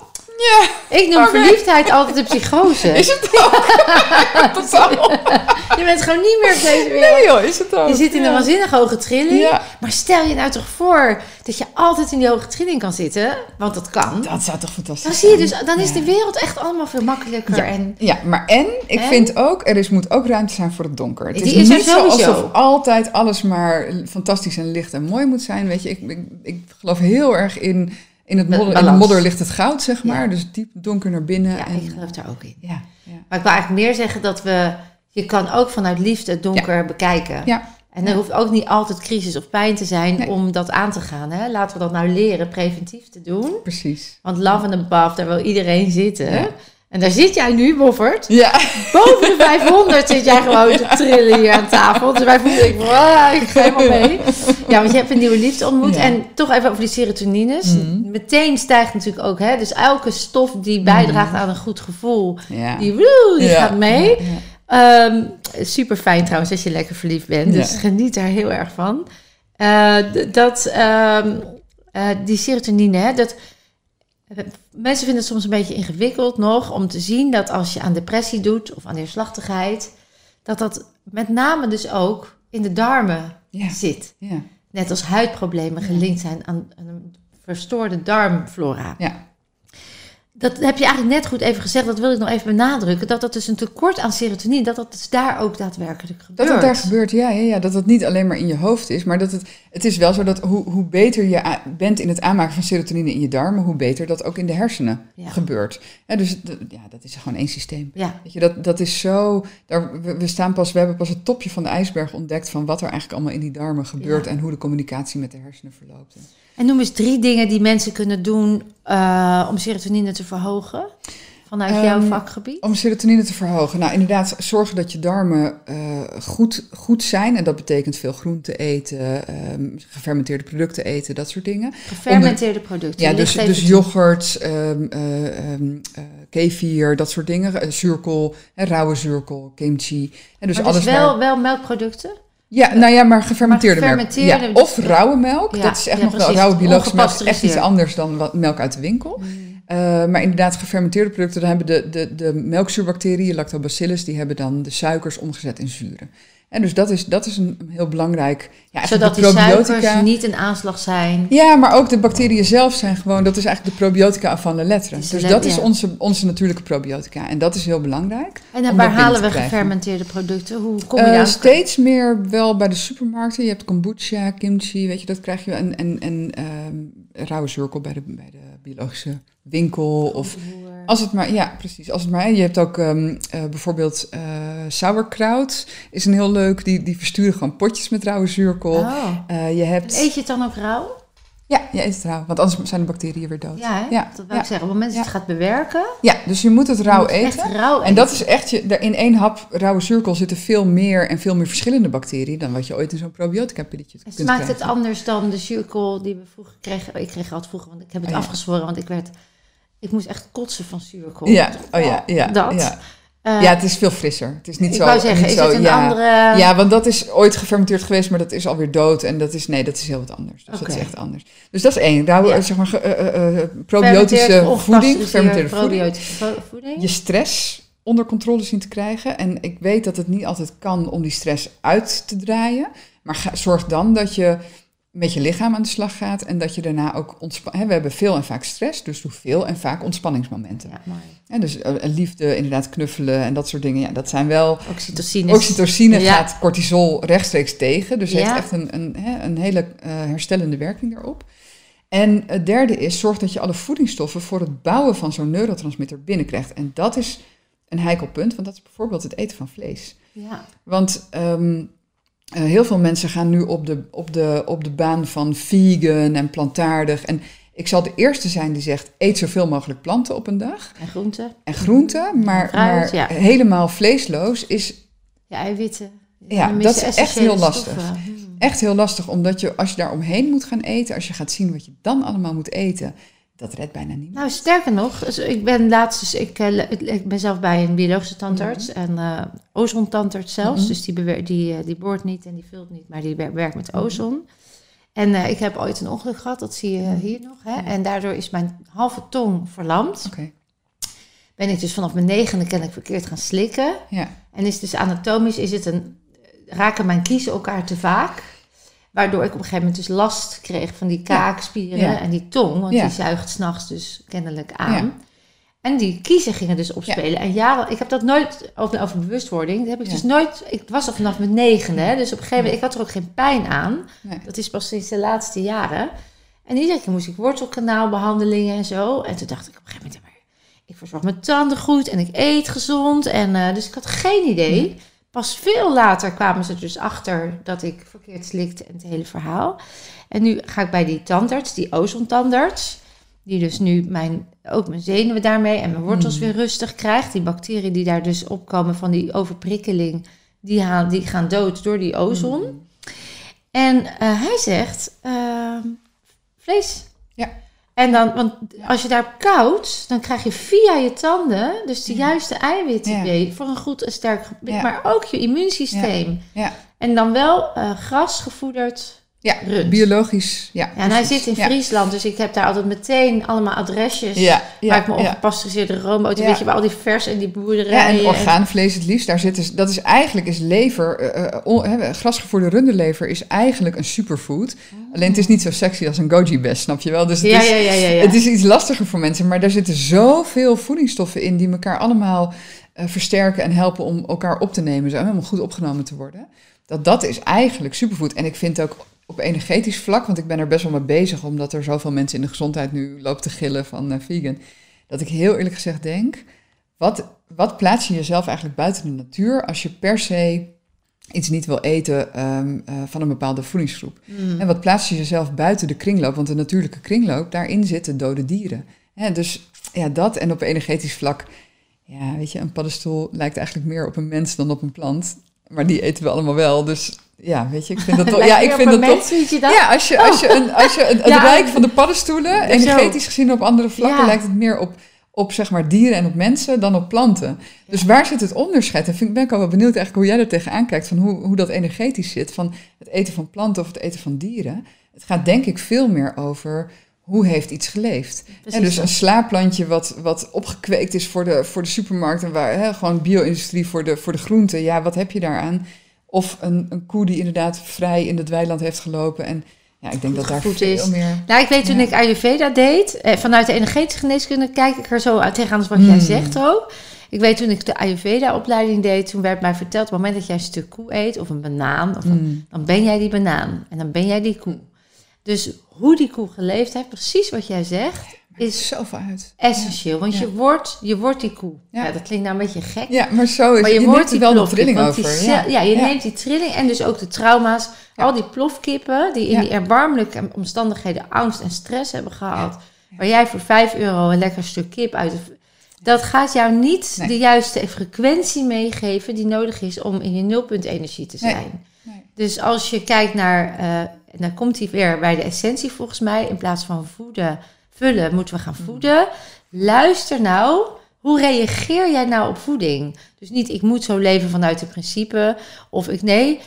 Ik noem verliefdheid altijd een psychose. Is het ook? Totaal. Je bent gewoon niet meer op deze wereld. Nee joh, is het ook. Je zit in een waanzinnig hoge trilling. Ja. Maar stel je nou toch voor dat je altijd in die hoge trilling kan zitten. Want dat kan. Dat zou toch fantastisch dan zie je dus, dan is de wereld echt allemaal veel makkelijker. Maar ik vind ook, moet ook ruimte zijn voor het donker. Het is niet zo alsof altijd alles maar fantastisch en licht en mooi moet zijn. Weet je, ik geloof heel erg in het modder. In de modder ligt het goud, zeg maar. Ja. Dus diep donker naar binnen. Ja, ik geloof daar ook in. Ja. Maar ik wil eigenlijk meer zeggen dat je kan ook vanuit liefde het donker bekijken. Ja. En er hoeft ook niet altijd crisis of pijn te zijn om dat aan te gaan. Hè? Laten we dat nou leren preventief te doen. Precies. Want love and above, daar wil iedereen zitten. Ja. En daar zit jij nu, Woffert. Ja. Boven de 500 zit jij gewoon te trillen hier aan tafel. Dus wij voelen, ik ga helemaal mee. Ja, want je hebt een nieuwe liefde ontmoet. Ja. En toch even over die serotonines. Meteen stijgt natuurlijk ook, hè. Dus elke stof die bijdraagt aan een goed gevoel, die gaat mee. Ja. Super fijn trouwens als je lekker verliefd bent. Dus geniet daar heel erg van. Die serotonine, hè, mensen vinden het soms een beetje ingewikkeld nog om te zien dat als je aan depressie doet of aan neerslachtigheid, dat met name dus ook in de darmen zit. Ja. Net als huidproblemen gelinkt zijn aan een verstoorde darmflora. Ja. Dat heb je eigenlijk net goed even gezegd. Dat wil ik nog even benadrukken. Dat dus een tekort aan serotonine, dat dus daar ook daadwerkelijk gebeurt. Dat het daar gebeurt, ja. Dat het niet alleen maar in je hoofd is. Maar het is wel zo dat hoe beter je bent in het aanmaken van serotonine in je darmen, hoe beter dat ook in de hersenen gebeurt. Ja, dus dat is gewoon één systeem. Ja. Weet je, dat is zo. We hebben pas het topje van de ijsberg ontdekt van wat er eigenlijk allemaal in die darmen gebeurt en hoe de communicatie met de hersenen verloopt. En noem eens 3 dingen die mensen kunnen doen om serotonine te verhogen vanuit jouw vakgebied. Om serotonine te verhogen. Nou, inderdaad, zorgen dat je darmen goed zijn. En dat betekent veel groente eten, gefermenteerde producten eten, dat soort dingen. Gefermenteerde producten? Ja, dus yoghurt, kefir, dat soort dingen. Zuurkool, rauwe zuurkool, kimchi. En dus maar alles wel melkproducten? Ja, nou ja, maar gefermenteerde melk. Ja, of dus, rauwe melk. Ja, dat is echt nog wel rauwe biologische melk. Is echt iets anders dan melk uit de winkel. Maar inderdaad, gefermenteerde producten, dan hebben de melkzuurbacteriën, lactobacillus, die hebben dan de suikers omgezet in zuren. En dus dat is een heel belangrijk. Ja, zodat die suikers niet een aanslag zijn. Ja, maar ook de bacteriën zelf zijn gewoon, dat is eigenlijk de probiotica van de letteren. Dus dat is onze natuurlijke probiotica. En dat is heel belangrijk. En waar halen we gefermenteerde producten? Hoe kom je daar? Steeds meer wel bij de supermarkten. Je hebt kombucha, kimchi, weet je, dat krijg je. En rauwe zuurkool bij de biologische winkel. Of als het maar, ja, precies. Als het maar. Je hebt ook bijvoorbeeld sauerkraut is een heel leuk. Die versturen gewoon potjes met rauwe zuurkool. Je hebt... Eet je het dan ook rauw? Ja, je eet het rauw, want anders zijn de bacteriën weer dood. Ja, dat wil ik zeggen. Op het moment dat je het gaat bewerken... Ja, dus je moet het rauw eten. Echt rauw eten. En dat is echt... in 1 hap rauwe zuurkool zitten veel meer verschillende bacteriën dan wat je ooit in zo'n probiotica-pilletje kunt krijgen. Maakt het anders dan de zuurkool die we vroeger kregen? Ik kreeg altijd vroeger, want ik heb het afgezworen, want ik moest echt kotsen van zuurkool. Ja, dat. Ja. Ja, het is veel frisser. Het is niet zo. Ik wou zeggen, is het een andere... Ja, want dat is ooit gefermenteerd geweest, maar dat is alweer dood. En dat is heel wat anders. Dus dat is echt anders. Dus dat is 1. Zeg maar, probiotische voeding. Gefermenteerde voeding. Je stress onder controle zien te krijgen. En ik weet dat het niet altijd kan om die stress uit te draaien. Maar zorg dan dat je met je lichaam aan de slag gaat en dat je daarna ook ontspannen. We hebben veel en vaak stress, dus doe veel en vaak ontspanningsmomenten. Ja, mooi. Dus liefde, inderdaad knuffelen en dat soort dingen. Ja, dat zijn wel... Oxytocine gaat cortisol rechtstreeks tegen, dus heeft echt een hele herstellende werking daarop. En het derde is, zorg dat je alle voedingsstoffen voor het bouwen van zo'n neurotransmitter binnenkrijgt. En dat is een heikel punt, want dat is bijvoorbeeld het eten van vlees. Ja. Want... heel veel mensen gaan nu op de baan van vegan en plantaardig. En ik zal de eerste zijn die zegt, eet zoveel mogelijk planten op een dag. En groenten. Maar helemaal vleesloos is... Ja, eiwitten. Ja, dat is echt heel lastig. Echt heel lastig, omdat als je daar omheen moet gaan eten, als je gaat zien wat je dan allemaal moet eten... Dat redt bijna niet. Nou, sterker nog, ik ben zelf bij een biologische tandarts en ozontandarts zelfs. Dus die boort niet en die vult niet, maar die werkt met ozon. En ik heb ooit een ongeluk gehad, dat zie je hier nog. Hè? En daardoor is mijn halve tong verlamd. Okay. Ben ik dus vanaf mijn 9e kennelijk verkeerd gaan slikken. Ja. En is dus anatomisch raken mijn kiezen elkaar te vaak. Waardoor ik op een gegeven moment dus last kreeg van die kaakspieren en die tong. Want die zuigt 's nachts dus kennelijk aan. Ja. En die kiezen gingen dus opspelen. Ja. En jaren, ik heb dat nooit over bewustwording. Dat heb ik dus nooit... Ik was al vanaf mijn 9e. Dus op een gegeven moment... Ik had er ook geen pijn aan. Nee. Dat is pas sinds de laatste jaren. En iedere keer moest ik wortelkanaalbehandelingen en zo. En toen dacht ik op een gegeven moment... Ik verzorg mijn tanden goed en ik eet gezond. En dus ik had geen idee... Nee. Pas veel later kwamen ze dus achter dat ik verkeerd slikte en het hele verhaal. En nu ga ik bij die tandarts, die ozontandarts, die dus nu ook mijn zenuwen daarmee en mijn wortels weer rustig krijgt. Die bacteriën die daar dus opkomen van die overprikkeling, die gaan dood door die ozon. En hij zegt, vlees. Ja. En dan, want als je daar koudt, dan krijg je via je tanden dus de juiste eiwitten voor een goed en sterk gebied, maar ook je immuunsysteem. Ja. Ja. En dan wel grasgevoederd Ja, rund. biologisch. Ja, en hij zit in Friesland, dus ik heb daar altijd meteen allemaal adresjes waar ik mijn ongepasteuriseerde roomboter, weet je, waar al die vers en die boerderijen. Ja, en orgaanvlees het liefst. Daar zit dat is eigenlijk lever, grasgevoerde runderlever is eigenlijk een superfood. Alleen het is niet zo sexy als een goji best, snap je wel? Dus het is iets lastiger voor mensen, maar daar zitten zoveel voedingsstoffen in die elkaar allemaal versterken en helpen om elkaar op te nemen, zo helemaal goed opgenomen te worden. Dat is eigenlijk superfood. En ik vind ook op energetisch vlak, want ik ben er best wel mee bezig, omdat er zoveel mensen in de gezondheid nu lopen te gillen van vegan, dat ik heel eerlijk gezegd denk, wat plaats je jezelf eigenlijk buiten de natuur als je per se iets niet wil eten van een bepaalde voedingsgroep? En wat plaats je jezelf buiten de kringloop? Want de natuurlijke kringloop, daarin zitten dode dieren. Dus ja, dat en op energetisch vlak, ja, weet je, een paddenstoel lijkt eigenlijk meer op een mens dan op een plant. Maar die eten we allemaal wel, dus ja, weet je, ik vind dat toch. Ja, ik vind dat toch. Ja, als je het rijk van de paddenstoelen, energetisch gezien op andere vlakken, lijkt het meer op zeg maar dieren en op mensen dan op planten. Dus waar zit het onderscheid? En ben ik al wel benieuwd eigenlijk hoe jij er tegenaan kijkt, van hoe dat energetisch zit, van het eten van planten of het eten van dieren. Het gaat denk ik veel meer over hoe heeft iets geleefd. En dus een slaapplantje wat opgekweekt is voor de supermarkt en waar gewoon bio-industrie voor de groenten. Ja, wat heb je daaraan? Of een koe die inderdaad vrij in het weiland heeft gelopen. En ja, ik denk dat daar veel meer. Nou, ik weet toen ik Ayurveda deed, vanuit de energetische geneeskunde kijk ik er zo tegenaan als wat jij zegt ook. Ik weet toen ik de Ayurveda-opleiding deed, toen werd mij verteld, op het moment dat jij een stuk koe eet of een banaan, dan ben jij die banaan en dan ben jij die koe. Dus hoe die koe geleefd heeft, precies wat jij zegt, is zoveel uit. Essentieel. Want je wordt die koe. Ja, dat klinkt nou een beetje gek. Ja, maar zo is het. Je wordt er wel de trilling over. Je neemt die trilling en dus ook de trauma's. Ja. Al die plofkippen die in die erbarmelijke omstandigheden angst en stress hebben gehad. Ja. Waar jij voor €5 een lekker stuk kip uit... Dat gaat jou niet de juiste frequentie meegeven die nodig is om in je nulpunt-energie te zijn. Nee. Dus als je kijkt naar... en dan komt hij weer bij de essentie volgens mij. In plaats van vullen, moeten we gaan voeden. Luister nou, hoe reageer jij nou op voeding? Dus niet, ik moet zo leven vanuit het principe. Of je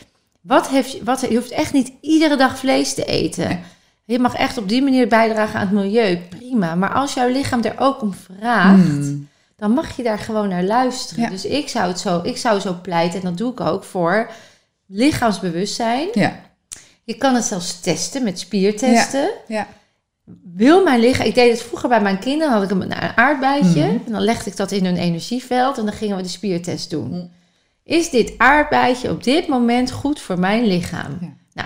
hoeft echt niet iedere dag vlees te eten. Nee. Je mag echt op die manier bijdragen aan het milieu. Prima. Maar als jouw lichaam er ook om vraagt, dan mag je daar gewoon naar luisteren. Ja. Dus ik zou zo pleiten, en dat doe ik ook, voor lichaamsbewustzijn. Ja. Je kan het zelfs testen met spiertesten. Ja. Wil mijn lichaam... Ik deed het vroeger bij mijn kinderen. Had ik een aardbeidje. En dan legde ik dat in hun energieveld. En dan gingen we de spiertest doen. Is dit aardbeidje op dit moment goed voor mijn lichaam? Ja. Nou,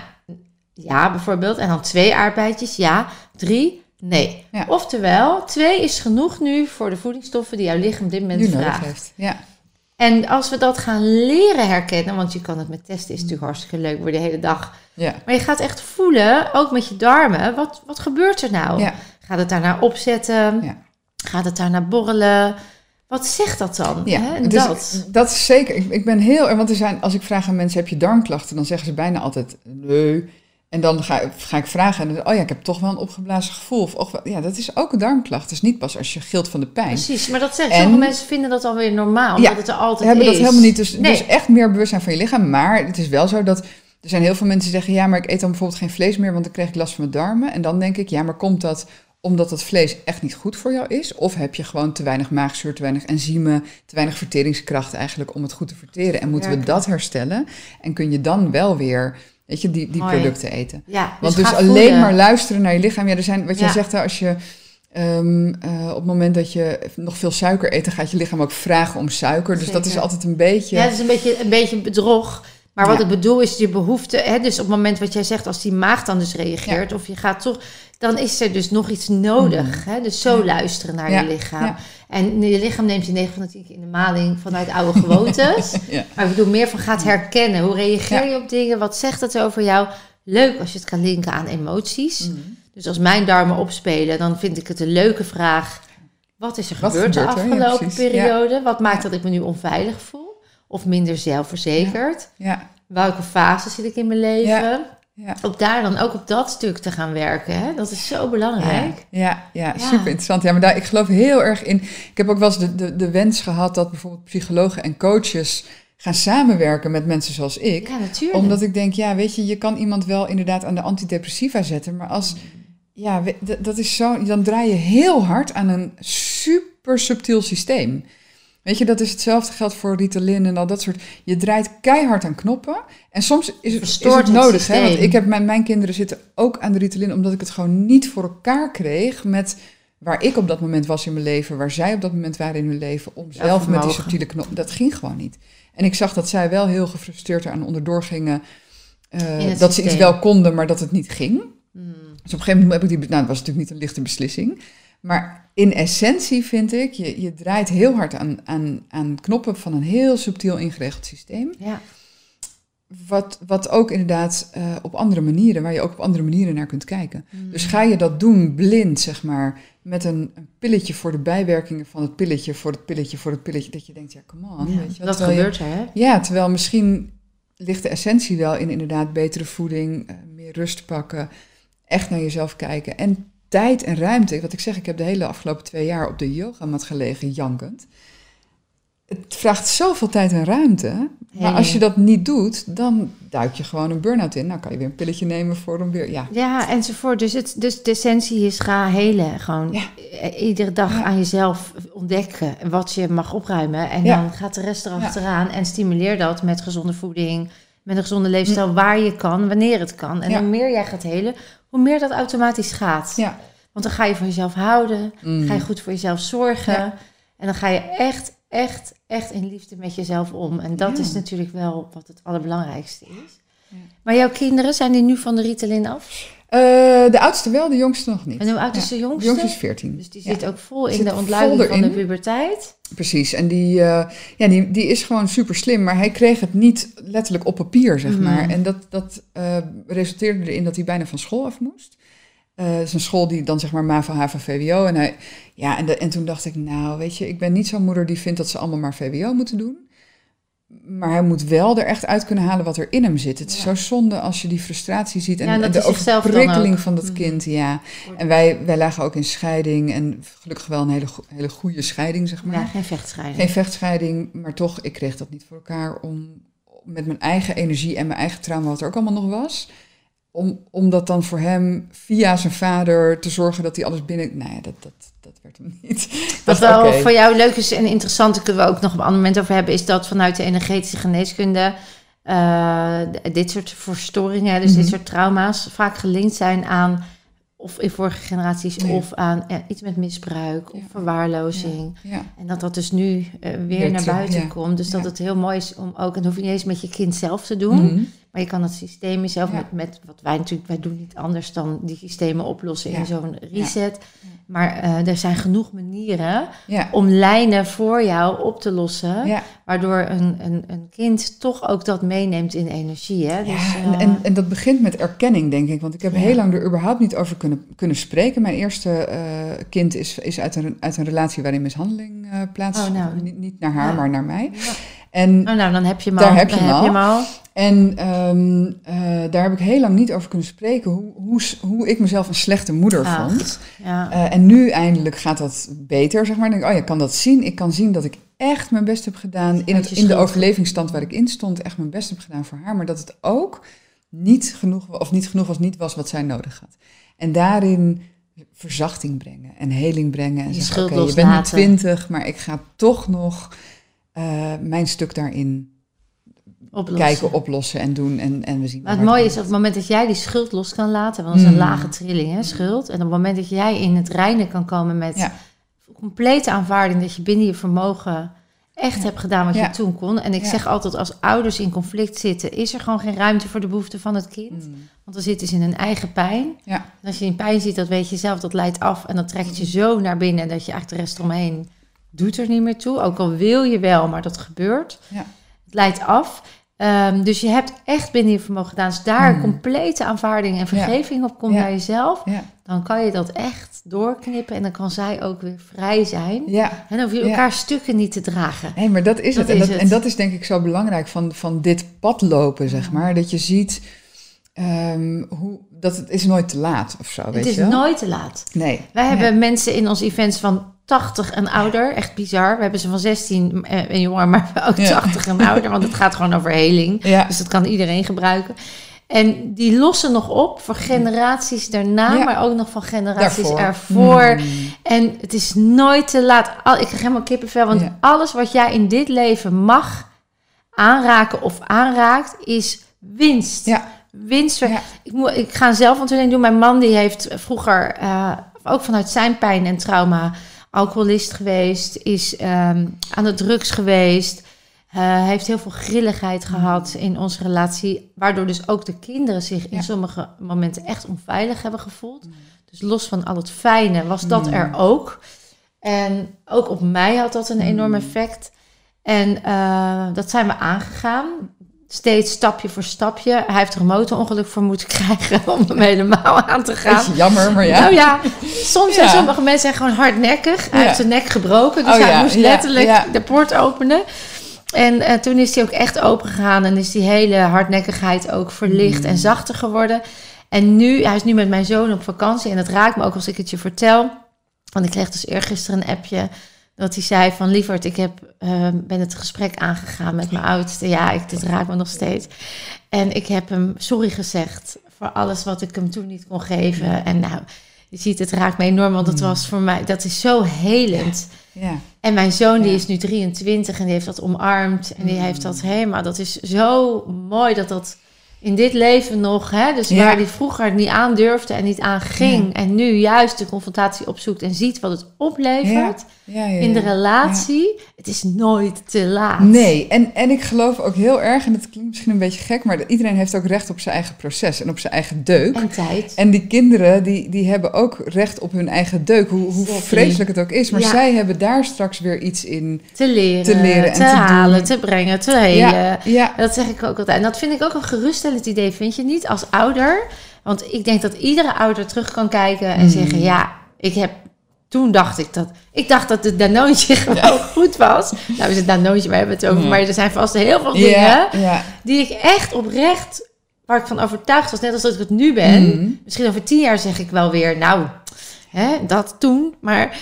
ja, bijvoorbeeld. En dan 2 aardbeidjes. Ja. 3. Nee. Ja. Oftewel, 2 is genoeg nu voor de voedingsstoffen die jouw lichaam op dit moment vraagt. Heeft. Ja. En als we dat gaan leren herkennen... Want je kan het met testen, is natuurlijk hartstikke leuk voor de hele dag... Ja. Maar je gaat echt voelen, ook met je darmen, wat gebeurt er nou? Ja. Gaat het daarna opzetten? Ja. Gaat het daarna borrelen? Wat zegt dat dan? Ja, hè? En dat is zeker. Ik ben heel erg, want als ik vraag aan mensen, heb je darmklachten? Dan zeggen ze bijna altijd, nee. En dan ga ik vragen en ik heb toch wel een opgeblazen gevoel. Dat is ook een darmklacht. Dus niet pas als je gilt van de pijn. Precies, maar dat zeggen sommige mensen vinden dat alweer normaal, omdat het er altijd is. Hebben dat helemaal niet. Dus echt meer bewustzijn van je lichaam. Maar het is wel zo dat... Er zijn heel veel mensen die zeggen, ja, maar ik eet dan bijvoorbeeld geen vlees meer, want dan krijg ik last van mijn darmen. En dan denk ik, ja, maar komt dat omdat dat vlees echt niet goed voor jou is? Of heb je gewoon te weinig maagzuur, te weinig enzymen, te weinig verteringskracht eigenlijk om het goed te verteren? En moeten we dat herstellen? En kun je dan wel weer, weet je, die producten eten? Ja, want dus alleen maar luisteren naar je lichaam. Ja, er zijn, wat jij zegt, als je... op het moment dat je nog veel suiker eet, dan gaat je lichaam ook vragen om suiker. Dus Zeker. Dat is altijd een beetje... Ja, dat is een beetje bedrog. Maar wat ik bedoel is je behoefte, dus op het moment wat jij zegt, als die maag dan dus reageert, of je gaat toch, dan is er dus nog iets nodig. Dus zo luisteren naar je lichaam. Ja. En je lichaam neemt je 9 van de 10 keer in de maling vanuit oude gewoontes. Maar ik bedoel meer van gaat herkennen. Hoe reageer je op dingen? Wat zegt het over jou? Leuk als je het kan linken aan emoties. Dus als mijn darmen opspelen, dan vind ik het een leuke vraag. Wat is er gebeurd de afgelopen periode? Ja. Wat maakt dat ik me nu onveilig voel? Of minder zelfverzekerd. Ja. Welke fase zit ik in mijn leven? Ja. Ook daar dan ook op dat stuk te gaan werken. Hè? Dat is zo belangrijk. Ja, super interessant. Ja, maar ik geloof heel erg in... Ik heb ook wel eens de wens gehad dat bijvoorbeeld psychologen en coaches gaan samenwerken met mensen zoals ik. Ja, natuurlijk. Omdat ik denk, ja, weet je kan iemand wel inderdaad aan de antidepressiva zetten. Maar als, dat is zo, dan draai je heel hard aan een super subtiel systeem. Weet je, dat is hetzelfde geldt voor Ritalin en al dat soort. Je draait keihard aan knoppen. En soms is het nodig. Hè? Want ik heb mijn kinderen zitten ook aan de Ritalin, omdat ik het gewoon niet voor elkaar kreeg met waar ik op dat moment was in mijn leven, waar zij op dat moment waren in hun leven, om zelf met die subtiele knoppen. Dat ging gewoon niet. En ik zag dat zij wel heel gefrustreerd eraan onderdoor gingen. Dat ze iets wel konden, maar dat het niet ging. Dus op een gegeven moment heb ik dat was natuurlijk niet een lichte beslissing. Maar in essentie vind ik, je draait heel hard aan knoppen van een heel subtiel ingeregeld systeem. Ja. Wat ook inderdaad op andere manieren, waar je ook op andere manieren naar kunt kijken. Dus ga je dat doen blind, zeg maar, met een pilletje voor de bijwerkingen van het pilletje, voor het pilletje, voor het pilletje, dat je denkt, ja, come on. Ja, weet je, dat gebeurt er, hè? Ja, terwijl misschien ligt de essentie wel in inderdaad betere voeding, meer rust pakken, echt naar jezelf kijken en tijd en ruimte. Wat ik zeg, ik heb de hele afgelopen 2 jaar op de yogamat gelegen, jankend. Het vraagt zoveel tijd en ruimte. Maar als je dat niet doet, dan duik je gewoon een burn-out in. Nou kan je weer een pilletje nemen voor hem weer, Ja, enzovoort. Dus de essentie is ga helen. Gewoon iedere dag aan jezelf ontdekken wat je mag opruimen. En dan gaat de rest erachteraan. En stimuleer dat met gezonde voeding, met een gezonde leefstijl, waar je kan, wanneer het kan. En hoe meer jij gaat helen, hoe meer dat automatisch gaat. Ja. Want dan ga je van jezelf houden, ga je goed voor jezelf zorgen. Ja. En dan ga je echt in liefde met jezelf om. En dat is natuurlijk wel wat het allerbelangrijkste is. Ja. Maar jouw kinderen, zijn die nu van de Ritalin af? De oudste wel, de jongste nog niet. En hoe oud is de jongste? De jongste is 14. Dus die zit ook vol in de ontluiking van de puberteit. Precies, en die is gewoon super slim, maar hij kreeg het niet letterlijk op papier, zeg maar. En dat resulteerde erin dat hij bijna van school af moest. Het is een school die dan zeg maar MAVO, HAVO, VWO. En toen dacht ik, nou weet je, ik ben niet zo'n moeder die vindt dat ze allemaal maar VWO moeten doen. Maar hij moet wel er echt uit kunnen halen wat er in hem zit. Het is zo zonde als je die frustratie ziet en de overprikkeling van dat kind. Ja. En wij lagen ook in scheiding en gelukkig wel een hele goede scheiding, zeg maar. Ja, geen vechtscheiding. Geen vechtscheiding, maar toch, ik kreeg dat niet voor elkaar om met mijn eigen energie en mijn eigen trauma, wat er ook allemaal nog was, om dat dan voor hem via zijn vader te zorgen dat hij alles binnen. Nou ja, dat werd hem niet. Wat wel voor jou leuk is en interessant, daar kunnen we ook nog op een ander moment over hebben, is dat vanuit de energetische geneeskunde dit soort verstoringen, dus dit soort trauma's, vaak gelinkt zijn aan, of in vorige generaties, of aan iets met misbruik of verwaarlozing. Ja. En dat dus nu weer naar buiten komt. Dus dat het heel mooi is om ook, en dat hoef je niet eens met je kind zelf te doen, maar je kan het systeem zelf met wat wij doen niet anders dan die systemen oplossen in zo'n reset. Ja. Maar er zijn genoeg manieren om lijnen voor jou op te lossen, waardoor een kind toch ook dat meeneemt in energie. Hè? Dus, en dat begint met erkenning, denk ik. Want ik heb heel lang er überhaupt niet over kunnen spreken. Mijn eerste kind is uit een relatie waarin mishandeling plaatsvond. Niet naar haar, maar naar mij. Ja. En dan heb je hem al. Daar heb je hem al. En daar heb ik heel lang niet over kunnen spreken hoe ik mezelf een slechte moeder vond. Ja. En nu eindelijk gaat dat beter, zeg maar. Dan denk ik, je kan dat zien. Ik kan zien dat ik echt mijn best heb gedaan in de overlevingsstand waar ik in stond. Echt mijn best heb gedaan voor haar. Maar dat het ook niet genoeg was wat zij nodig had. En daarin verzachting brengen en heling brengen. En zeggen, je bent nu 20, maar ik ga toch nog mijn stuk daarin oplossen en doen en we zien. Maar het mooie is, op het moment dat jij die schuld los kan laten, want dat is een lage trilling, hè, schuld. En op het moment dat jij in het reinen kan komen met complete aanvaarding, dat je binnen je vermogen echt hebt gedaan wat je toen kon. En ik zeg altijd, als ouders in conflict zitten, is er gewoon geen ruimte voor de behoeften van het kind. Want dan zitten ze in hun eigen pijn. Ja. En als je in pijn ziet, dat weet je zelf, dat leidt af. En dat trekt je zo naar binnen dat je eigenlijk de rest eromheen doet er niet meer toe. Ook al wil je wel, maar dat gebeurt. Ja. Het leidt af. Dus je hebt echt binnen je vermogen gedaan. Als daar een complete aanvaarding en vergeving op komt bij jezelf, dan kan je dat echt doorknippen en dan kan zij ook weer vrij zijn. Ja. En dan hoef je elkaar stukken niet te dragen. Nee, maar dat is het. En dat is denk ik zo belangrijk van dit pad lopen, zeg maar. Dat je ziet dat het is nooit te laat of zo. Het is nooit te laat. Nee. Wij hebben mensen in onze events van 80 en ouder. Echt bizar. We hebben ze van 16 en jonger, maar ook 80 en ouder. Want het gaat gewoon over heling. Ja. Dus dat kan iedereen gebruiken. En die lossen nog op voor generaties daarna, maar ook nog van generaties ervoor. En het is nooit te laat. Ik krijg helemaal kippenvel, want alles wat jij in dit leven mag aanraken of aanraakt, is winst. Ja. Winst. Ja. Ik ga een zelfontwikkeling doen. Mijn man die heeft vroeger, ook vanuit zijn pijn en trauma, alcoholist geweest, is aan de drugs geweest. Heeft heel veel grilligheid gehad in onze relatie, waardoor dus ook de kinderen zich in sommige momenten echt onveilig hebben gevoeld. Dus los van al het fijne was dat er ook. En ook op mij had dat een enorm effect. En dat zijn we aangegaan. Steeds stapje voor stapje. Hij heeft er een motorongeluk voor moeten krijgen om hem helemaal aan te gaan. Dat is jammer, maar ja. Nou ja, soms zijn sommige mensen gewoon hardnekkig. Hij heeft zijn nek gebroken, dus hij moest letterlijk de poort openen. En toen is hij ook echt open gegaan en is die hele hardnekkigheid ook verlicht en zachter geworden. En nu, hij is nu met mijn zoon op vakantie en het raakt me ook als ik het je vertel. Want ik kreeg dus eergisteren een appje dat hij zei van lieverd, ik ben het gesprek aangegaan met mijn oudste. Ja, dit raakt me nog steeds. En ik heb hem sorry gezegd voor alles wat ik hem toen niet kon geven. En nou, je ziet, het raakt me enorm, want het was voor mij, dat is zo helend. Ja. En mijn zoon die is nu 23 en die heeft dat omarmd. En die heeft dat helemaal, dat is zo mooi dat in dit leven nog, hè, dus waar hij vroeger niet aan durfde en niet aan ging. En nu juist de confrontatie opzoekt en ziet wat het oplevert in de relatie. Ja. Het is nooit te laat. Nee, en ik geloof ook heel erg, en dat klinkt misschien een beetje gek, maar iedereen heeft ook recht op zijn eigen proces en op zijn eigen deuk. En tijd. En die kinderen, die hebben ook recht op hun eigen deuk, hoe vreselijk het ook is. Maar zij hebben daar straks weer iets in te leren en te halen, te brengen, te helen. Ja. Dat zeg ik ook altijd. En dat vind ik ook een geruststellend idee, vind je niet? Als ouder. Want ik denk dat iedere ouder terug kan kijken en zeggen, toen dacht ik dat. Ik dacht dat het Danoontje gewoon goed was. Nou is het Danoontje, we hebben het over. Maar er zijn vast heel veel dingen die ik echt oprecht, waar ik van overtuigd was, net als dat ik het nu ben. Misschien over 10 jaar zeg ik wel weer, nou, dat toen. Maar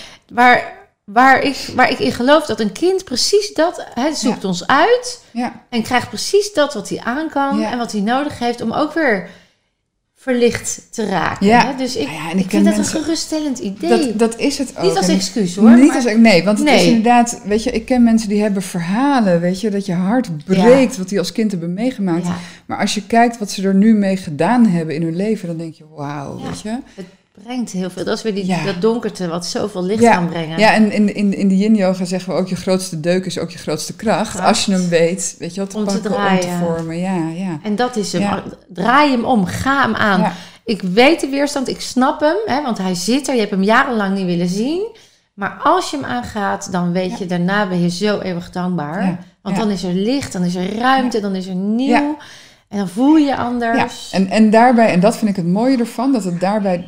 waar ik in geloof dat een kind precies dat, zoekt ons uit. En krijgt precies dat wat hij aan kan en wat hij nodig heeft om ook weer verlicht te raken. Ja. Hè? Dus ik vind dat een geruststellend idee. Dat is het ook. Niet als excuus hoor. Nee, want het is inderdaad, weet je, ik ken mensen die hebben verhalen, weet je, dat je hart breekt wat die als kind hebben meegemaakt. Ja. Maar als je kijkt wat ze er nu mee gedaan hebben in hun leven, dan denk je, wauw, weet je. Het brengt heel veel. Dat is weer dat donkerte wat zoveel licht kan brengen. Ja, en in de yin-yoga zeggen we ook, je grootste deuk is ook je grootste kracht. Als je hem weet, weet je wat, te pakken, om te vormen. Ja. En dat is hem. Ja. Draai hem om, ga hem aan. Ja. Ik weet de weerstand, ik snap hem, want hij zit er. Je hebt hem jarenlang niet willen zien. Maar als je hem aangaat, dan weet je, daarna ben je zo eeuwig dankbaar. Ja. Want dan is er licht, dan is er ruimte, dan is er nieuw. Ja. En dan voel je je anders. Ja. En daarbij, en dat vind ik het mooie ervan, dat het daarbij...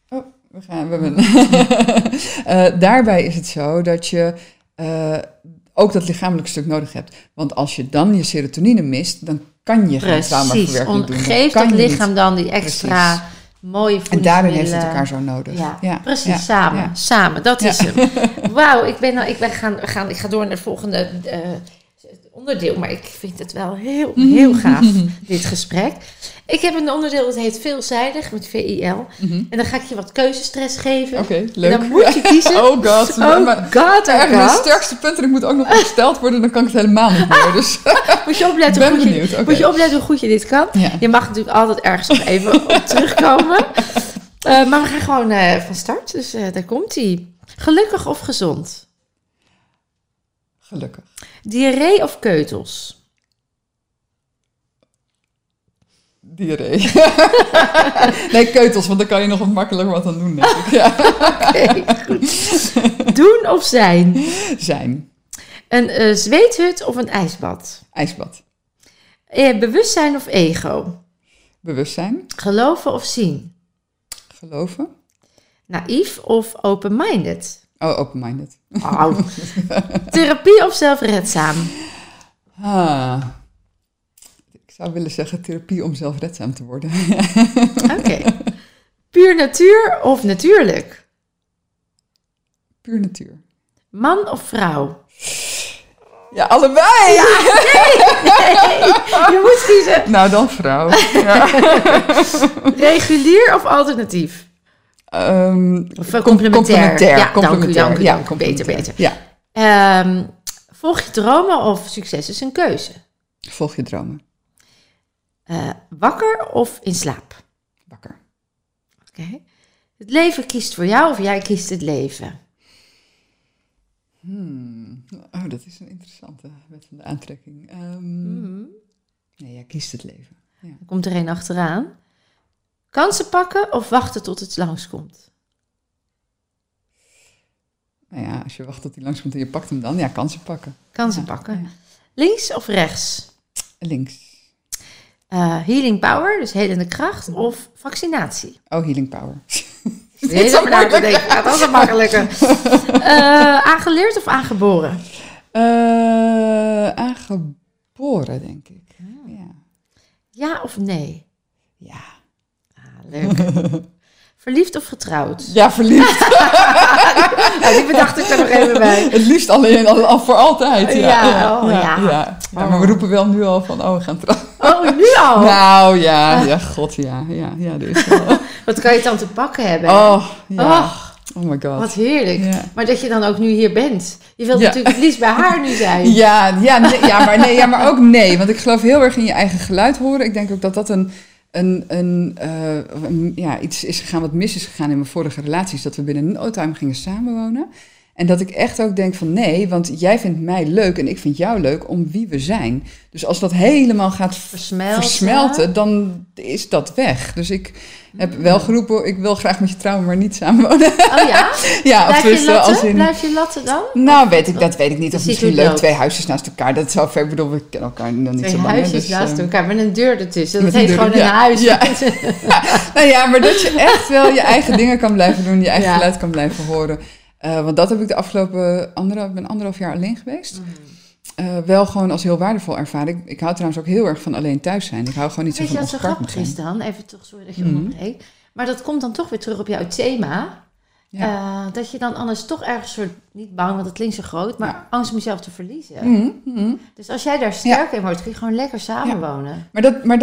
daarbij is het zo dat je ook dat lichamelijke stuk nodig hebt. Want als je dan je serotonine mist, dan kan je geen traumaverwerking doen. Geef dat lichaam dan die extra mooie voedingsmiddelen. En daarin heeft het elkaar zo nodig. Ja, precies. Samen. Dat is hem. Wauw, ik ga door naar het volgende onderdeel, maar ik vind het wel heel gaaf, dit gesprek. Ik heb een onderdeel dat heet veelzijdig, met VIL. En dan ga ik je wat keuzestress geven. Oké, leuk. En dan moet je kiezen. Oh god. Mijn sterkste punt en ik moet ook nog gesteld worden, dan kan ik het helemaal niet meer. Dus moet je opletten hoe goed je dit kan. Ja. Je mag natuurlijk altijd ergens nog even op terugkomen. Maar we gaan gewoon van start, dus daar komt-ie. Gelukkig of gezond? Gelukkig. Diarree of keutels? Diarree. Nee, keutels, want dan kan je nog wat makkelijker wat aan doen, denk ik. Ja. Oké, goed. Doen of zijn? Zijn. Een zweethut of een ijsbad? Ijsbad. Bewustzijn of ego? Bewustzijn. Geloven of zien? Geloven. Naïef of open-minded? Oh, open-minded. Oh. Therapie of zelfredzaam? Ik zou willen zeggen therapie om zelfredzaam te worden. Oké. Puur natuur of natuurlijk? Puur natuur. Man of vrouw? Ja, allebei! Ja, nee, je moet kiezen. Nou, dan vrouw. Ja. Regulier of alternatief? Of complementair. Ja, complementair. Dank u. Beter. Ja. Volg je dromen of succes is een keuze? Volg je dromen. Wakker of in slaap? Wakker. Oké. Het leven kiest voor jou of jij kiest het leven? Oh, dat is een interessante wet van de aantrekking. Nee, jij kiest het leven. Ja. Er komt er een achteraan. Kansen pakken of wachten tot het langskomt? Nou ja, als je wacht tot hij langskomt en je pakt hem dan, ja, kansen pakken. Kansen pakken. Ja. Links of rechts? Links. Healing power, dus helende kracht, of vaccinatie? Oh, healing power. Nee, dat na te denken. Dat is een makkelijke. Aangeleerd of aangeboren? Aangeboren, denk ik. Ja. Ja of nee? Ja. Leuk. Verliefd of getrouwd? Ja, verliefd. Die bedacht ik er nog even bij. Het liefst alleen al voor altijd. Ja. Maar we roepen wel nu al van, we gaan trouwen. Oh, nu al? Nou, ja, god, ja. Ja, dus wel. Wat kan je dan te pakken hebben? Oh my god. Wat heerlijk. Ja. Maar dat je dan ook nu hier bent. Je wilt natuurlijk het liefst bij haar nu zijn. Maar ook nee. Want ik geloof heel erg in je eigen geluid horen. Ik denk ook dat dat iets is gegaan wat mis is gegaan in mijn vorige relaties. Dat we binnen no time gingen samenwonen. En dat ik echt ook denk van nee, want jij vindt mij leuk en ik vind jou leuk om wie we zijn. Dus als dat helemaal gaat versmelten, dan is dat weg. Dus ik heb wel geroepen, ik wil graag met je trouwen, maar niet samenwonen. Oh ja? Ja, Blijf je latten dan? Nou, dat weet ik niet. Of misschien leuk, 2 huisjes naast elkaar. Dat zou ver, bedoel, we kennen elkaar nog niet 2 zo lang. 2 huisjes naast elkaar, met een deur ertussen. Dat heet gewoon een huis. Ja. Nou ja, maar dat je echt wel je eigen dingen kan blijven doen, je eigen geluid kan blijven horen. Want dat heb ik de afgelopen 1,5 jaar alleen geweest. Wel gewoon als heel waardevol ervaren. Ik hou trouwens ook heel erg van alleen thuis zijn. Ik hou gewoon niet zo van ons partner zijn. Weet je wat zo grappig is dan? Even toch, sorry dat je onderbreekt. Maar dat komt dan toch weer terug op jouw thema. Ja. Dat je dan anders toch ergens soort, niet bang, want het klinkt zo groot, maar angst om jezelf te verliezen. Dus als jij daar sterk in wordt, kun je gewoon lekker samenwonen. Maar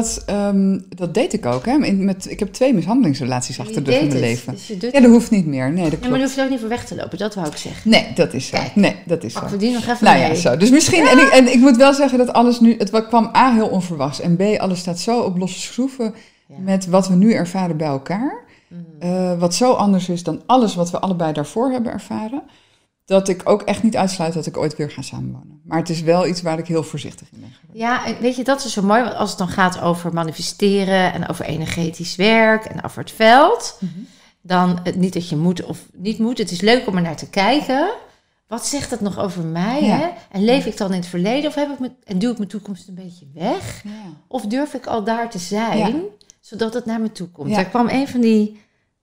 dat deed ik ook. Hè? Ik heb 2 mishandelingsrelaties achter de rug in mijn leven. Dus dat hoeft niet meer. Nee, dat maar je hoeft er ook niet voor weg te lopen, dat wou ik zeggen. Nee, dat is zo. Pak we die nog even mee. Ja, zo. Dus misschien, en ik moet wel zeggen dat alles nu, het kwam A, heel onverwachts. En B, alles staat zo op losse schroeven met wat we nu ervaren bij elkaar. Wat zo anders is dan alles wat we allebei daarvoor hebben ervaren, dat ik ook echt niet uitsluit dat ik ooit weer ga samenwonen. Maar het is wel iets waar ik heel voorzichtig in ben geworden. Ja, en weet je, dat is zo mooi, want als het dan gaat over manifesteren en over energetisch werk en over het veld, dan niet dat je moet of niet moet, het is leuk om er naar te kijken. Wat zegt dat nog over mij? Ja. Hè? En leef ik dan in het verleden of doe ik mijn toekomst een beetje weg? Ja. Of durf ik al daar te zijn, zodat het naar me toe komt? Ja. Er kwam een van die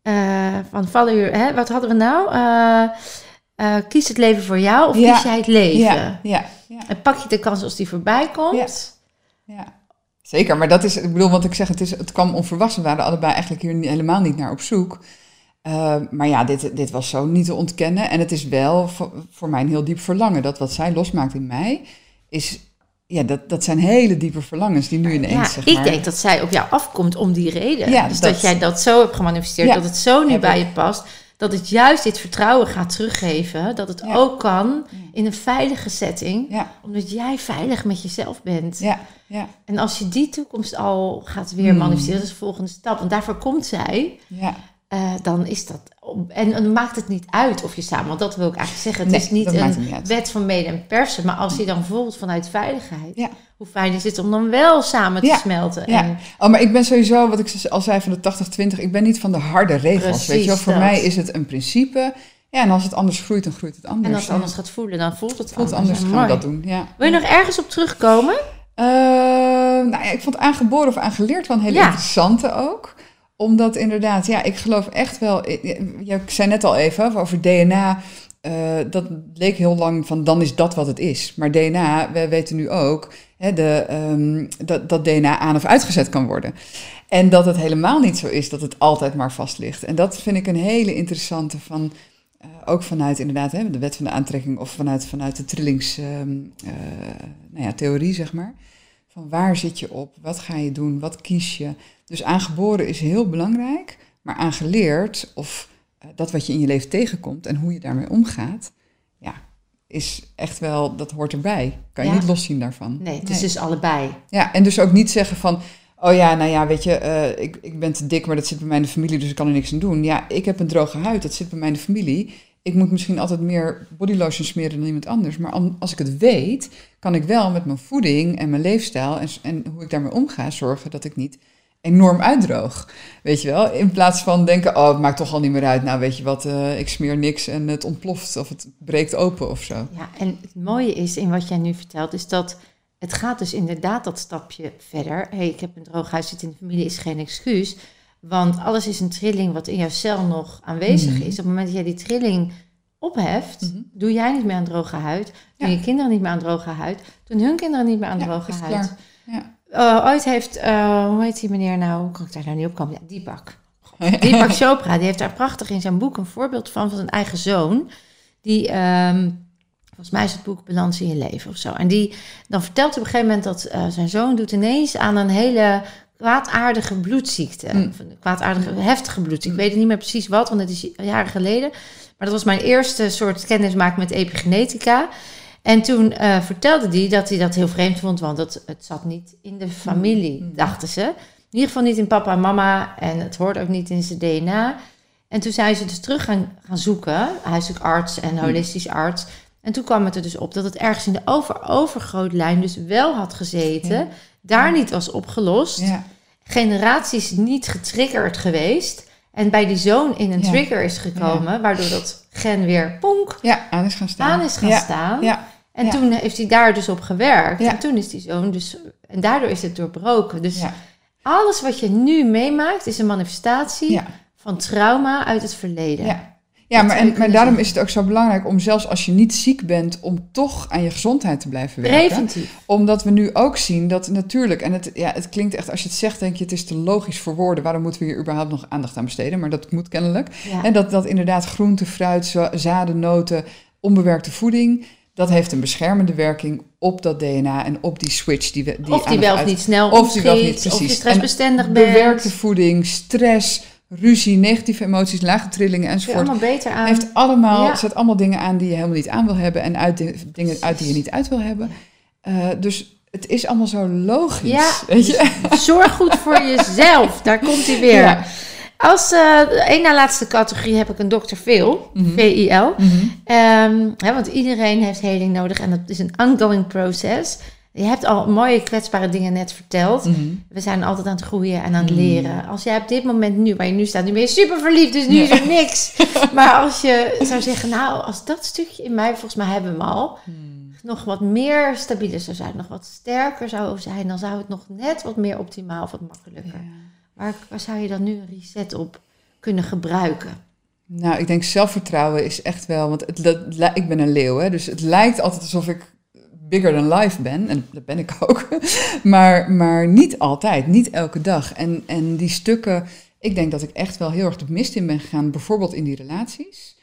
van wat hadden we nou? Kies het leven voor jou of kies jij het leven? Ja. En pak je de kans als die voorbij komt? Ja. Zeker, maar dat is, ik bedoel, wat ik zeg, het kwam onverwachts. We waren allebei eigenlijk hier helemaal niet naar op zoek. Maar ja, dit was zo niet te ontkennen. En het is wel voor mij een heel diep verlangen. Dat wat zij losmaakt in mij is, dat zijn hele diepe verlangens die nu ineens, zeg maar. Ik denk dat zij op jou afkomt om die reden. Ja, dus dat jij dat zo hebt gemanifesteerd, dat het zo nu bij je past. Dat het juist dit vertrouwen gaat teruggeven. Dat het ook kan in een veilige setting. Ja. Omdat jij veilig met jezelf bent. Ja. En als je die toekomst al gaat weer manifesteren, dat is de volgende stap. Want daarvoor komt zij. Ja. Dan is dat. En dan maakt het niet uit of je samen. Want dat wil ik eigenlijk zeggen. Het is niet een wet van mede en persen. Maar als je dan bijvoorbeeld vanuit veiligheid. Ja. Hoe fijn is het om dan wel samen te smelten. Ja. Maar ik ben sowieso, wat ik al zei van de 80-20. Ik ben niet van de harde regels. Precies, weet je wel? Voor mij is het een principe. Ja, en als het anders groeit, dan groeit het anders. En als het anders gaat voelen, dan voelt het anders. Anders gaan we dat doen. Ja. Wil je nog ergens op terugkomen? Ik vond aangeboren of aangeleerd wel een hele interessante ook. Omdat inderdaad, ik geloof echt wel. Ik zei net al even over DNA. Dat leek heel lang van dan is dat wat het is. Maar DNA, we weten nu ook dat DNA aan of uitgezet kan worden. En dat het helemaal niet zo is dat het altijd maar vast ligt. En dat vind ik een hele interessante van. ook vanuit inderdaad de wet van de aantrekking of vanuit de trillingstheorie, zeg maar. Van waar zit je op? Wat ga je doen? Wat kies je? Dus aangeboren is heel belangrijk, maar aangeleerd of dat wat je in je leven tegenkomt en hoe je daarmee omgaat, ja, is echt wel, dat hoort erbij. Kan je niet loszien daarvan. Nee, het is dus allebei. Ja, en dus ook niet zeggen van, oh ja, nou ja, weet je, ik ben te dik, maar dat zit bij mij in de familie, dus ik kan er niks aan doen. Ja, ik heb een droge huid, dat zit bij mij in de familie. Ik moet misschien altijd meer bodylotion smeren dan iemand anders. Maar als ik het weet, kan ik wel met mijn voeding en mijn leefstijl en hoe ik daarmee omga zorgen dat ik niet enorm uitdroog. Weet je wel? In plaats van denken, oh, het maakt toch al niet meer uit. Nou, weet je wat, ik smeer niks en het ontploft of het breekt open of zo. Ja, en het mooie is in wat jij nu vertelt, is dat het gaat dus inderdaad dat stapje verder. Hey, ik heb een droog huis, zit in de familie, is geen excuus. Want alles is een trilling wat in jouw cel nog aanwezig is. Op het moment dat jij die trilling opheft, doe jij niet meer aan droge huid. Doen je kinderen niet meer aan droge huid. Doen hun kinderen niet meer aan droge huid. Klaar. Ooit heeft, hoe heet die meneer nou? Hoe kan ik daar nou niet op komen? Ja, Deepak. Deepak Chopra, die heeft daar prachtig in zijn boek een voorbeeld van zijn eigen zoon. Die, volgens mij is het boek Balans in je leven of zo. En die dan vertelt op een gegeven moment dat zijn zoon doet ineens aan een hele kwaadaardige bloedziekte. Een kwaadaardige, heftige bloedziekte. Ik weet het niet meer precies wat, want het is jaren geleden. Maar dat was mijn eerste soort kennismaking met epigenetica. En toen vertelde hij dat heel vreemd vond, want het zat niet in de familie, dachten ze. In ieder geval niet in papa en mama en het hoort ook niet in zijn DNA. En toen zijn ze dus terug gaan zoeken, huiselijk arts en holistisch arts. En toen kwam het er dus op dat het ergens in de overgrootlijn dus wel had gezeten, daar niet was opgelost, generaties niet getriggerd geweest. En bij die zoon in een trigger is gekomen, waardoor dat gen weer aan is gaan staan. Ja. En toen heeft hij daar dus op gewerkt. Ja. En toen is die zoon dus, en daardoor is het doorbroken. Dus alles wat je nu meemaakt is een manifestatie van trauma uit het verleden. Ja, maar daarom is het ook zo belangrijk om zelfs als je niet ziek bent, om toch aan je gezondheid te blijven werken. Preventief. Omdat we nu ook zien dat natuurlijk, en het klinkt echt, als je het zegt, denk je, het is te logisch voor woorden. Waarom moeten we hier überhaupt nog aandacht aan besteden? Maar dat moet kennelijk. Ja. En dat inderdaad groente, fruit, zaden, noten, onbewerkte voeding, dat heeft een beschermende werking op dat DNA en op die switch. Of die wel of niet snel opschiet, of je stressbestendig bent. Bewerkte voeding, stress, ruzie, negatieve emoties, lage trillingen enzovoort. Allemaal beter aan. Heeft zet allemaal dingen aan die je helemaal niet aan wil hebben en dingen uit die je niet uit wil hebben. Dus het is allemaal zo logisch. Ja, weet je? Zorg goed voor jezelf. Daar komt hij weer. Ja. Als één na laatste categorie heb ik een Dr. Phil, V-I-L. Want iedereen heeft heling nodig en dat is een ongoing process. Je hebt al mooie kwetsbare dingen net verteld. We zijn altijd aan het groeien en aan het leren. Als jij op dit moment nu, waar je nu staat, nu ben je super verliefd, dus nu is er niks. Maar als je zou zeggen, nou, als dat stukje in mij, volgens mij hebben we hem al, nog wat meer stabieler zou zijn, nog wat sterker zou zijn, dan zou het nog net wat meer optimaal of wat makkelijker. Waar zou je dan nu een reset op kunnen gebruiken? Nou, ik denk zelfvertrouwen is echt wel, want ik ben een leeuw, hè, dus het lijkt altijd alsof ik bigger than life ben, en dat ben ik ook, maar niet altijd, niet elke dag. En die stukken, ik denk dat ik echt wel heel erg de mist in ben gegaan, bijvoorbeeld in die relaties.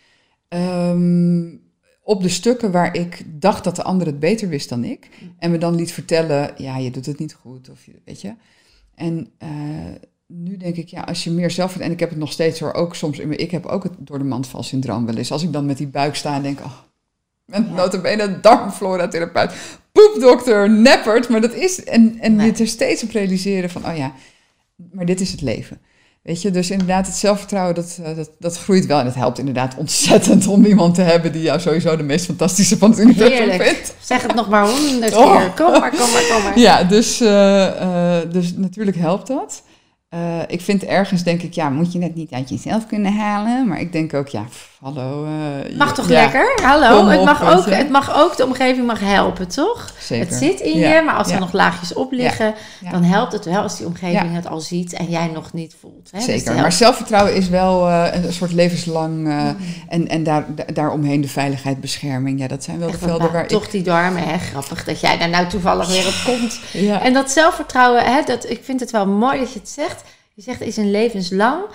Op de stukken waar ik dacht dat de ander het beter wist dan ik, en me dan liet vertellen, ja, je doet het niet goed, of weet je. En nu denk ik, ja, als je meer zelfvertrouwen, en ik heb het nog steeds hoor, ook soms, ik heb ook het door de mandvalsyndroom wel eens. Als ik dan met die buik sta en denk, nota bene darmflora-therapeut, poepdokter, neppert, maar dat is, en je er steeds op realiseren van, oh ja, maar dit is het leven. Weet je, dus inderdaad het zelfvertrouwen, dat groeit wel. En het helpt inderdaad ontzettend om iemand te hebben die jou sowieso de meest fantastische van het universum vindt. Zeg het nog maar 100 keer. Kom maar. Ja, dus natuurlijk helpt dat. Ik vind ergens, denk ik, ja, moet je het niet uit jezelf kunnen halen. Maar ik denk ook, ja, hallo. Mag toch lekker? Hallo, het mag ook, de omgeving mag helpen, toch? Zeker. Het zit in je, maar als er nog laagjes op liggen, dan helpt het wel als die omgeving het al ziet en jij nog niet voelt. Hè? Zeker, maar zelfvertrouwen is wel een soort levenslang en daaromheen de veiligheid, bescherming. Ja, dat zijn wel de velden waar toch die darmen, hè? Grappig dat jij daar nou toevallig weer op komt. En dat zelfvertrouwen, hè, ik vind het wel mooi dat je het zegt. Je zegt, het is een levenslang.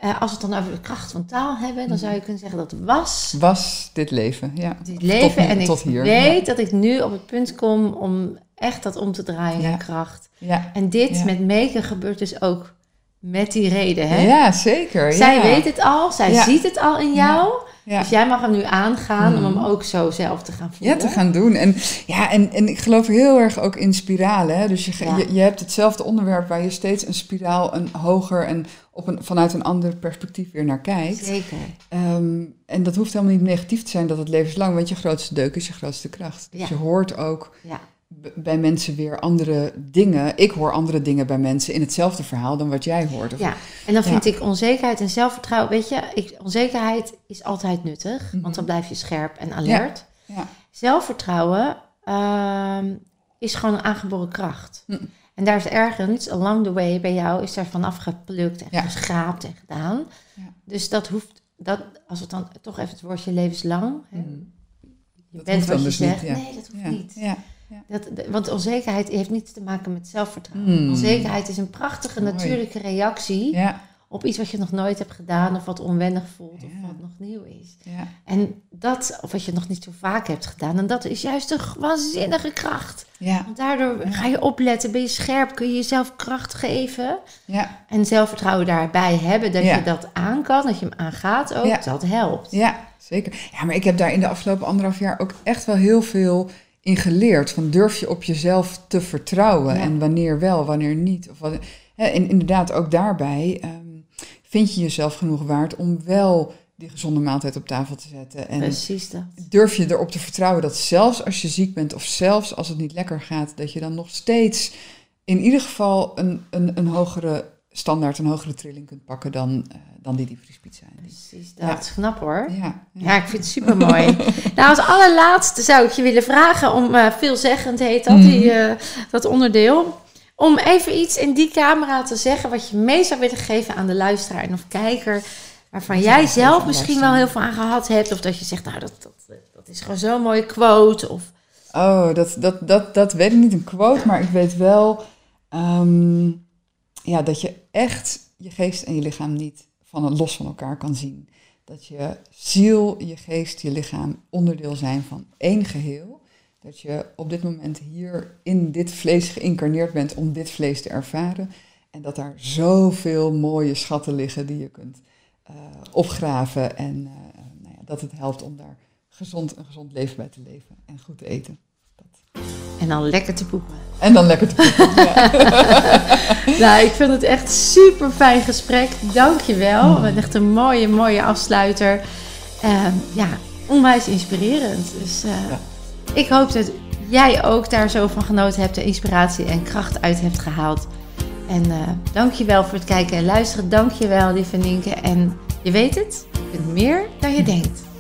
Als we het dan over de kracht van taal hebben, dan zou je kunnen zeggen dat was dit leven. Ja. Dit leven. En tot ik hier. weet dat ik nu op het punt kom om echt dat om te draaien naar kracht. Ja. En dit met Meike gebeurt dus ook met die reden. Hè? Ja, zeker. Zij weet het al, zij ziet het al in jou. Ja. Dus jij mag hem nu aangaan om hem ook zo zelf te gaan voelen. Ja, te gaan doen. En ik geloof heel erg ook in spiralen. Hè? Dus je hebt hetzelfde onderwerp waar je steeds een spiraal, een hoger en vanuit een ander perspectief weer naar kijkt. Zeker. En dat hoeft helemaal niet negatief te zijn dat het levenslang, want je grootste deuk is je grootste kracht. Dus je hoort ook bij mensen weer andere dingen. Ik hoor andere dingen bij mensen in hetzelfde verhaal dan wat jij hoort. En dan vind ik onzekerheid en zelfvertrouwen, weet je, onzekerheid is altijd nuttig, want dan blijf je scherp en alert. Ja. Zelfvertrouwen is gewoon een aangeboren kracht. En daar is ergens, along the way bij jou, is daar vanaf geplukt en geschraapt en gedaan. Ja. Dus dat hoeft, als we dan toch even het woordje levenslang, je bent wat je zegt, nee, dat hoeft niet. Ja. Ja. Want onzekerheid heeft niets te maken met zelfvertrouwen. Onzekerheid is een prachtige natuurlijke reactie op iets wat je nog nooit hebt gedaan of wat onwennig voelt of wat nog nieuw is. Ja. En of wat je nog niet zo vaak hebt gedaan. En dat is juist een waanzinnige kracht. Ja. Want daardoor ga je opletten, ben je scherp, kun je jezelf kracht geven. Ja. En zelfvertrouwen daarbij hebben, dat je dat aan kan, dat je hem aangaat ook, dat helpt. Ja, zeker. Ja, maar ik heb daar in de afgelopen 1,5 jaar ook echt wel heel veel in geleerd. Van durf je op jezelf te vertrouwen en wanneer wel, wanneer niet. En inderdaad ook daarbij vind je jezelf genoeg waard om wel die gezonde maaltijd op tafel te zetten. En precies dat. Durf je erop te vertrouwen dat zelfs als je ziek bent of zelfs als het niet lekker gaat, dat je dan nog steeds in ieder geval een hogere standaard, een hogere trilling kunt pakken dan die diepvriespizza. Precies, dat is knap hoor. Ja, ik vind het super mooi. Nou, als allerlaatste zou ik je willen vragen om veelzeggend heet dat, dat onderdeel. Om even iets in die camera te zeggen wat je mee zou willen geven aan de luisteraar en of kijker, waarvan jij zelf misschien wel heel veel aan gehad hebt. Of dat je zegt, nou, dat is gewoon zo'n mooie quote. Of... Oh, dat weet ik niet, een quote, maar ik weet wel dat je echt je geest en je lichaam niet los van elkaar kan zien. Dat je ziel, je geest, je lichaam onderdeel zijn van één geheel. Dat je op dit moment hier in dit vlees geïncarneerd bent om dit vlees te ervaren. En dat daar zoveel mooie schatten liggen die je kunt opgraven. En dat het helpt om daar een gezond leven bij te leven en goed te eten. En dan lekker te poepen. Nou, ik vind het echt super fijn gesprek. Dank je wel. Echt een mooie afsluiter. Onwijs inspirerend. Dus ik hoop dat jij ook daar zo van genoten hebt, de inspiratie en kracht uit hebt gehaald. En dank je wel voor het kijken en luisteren. Dank je wel, lieve Nienke. En je weet het, je kunt meer dan je denkt.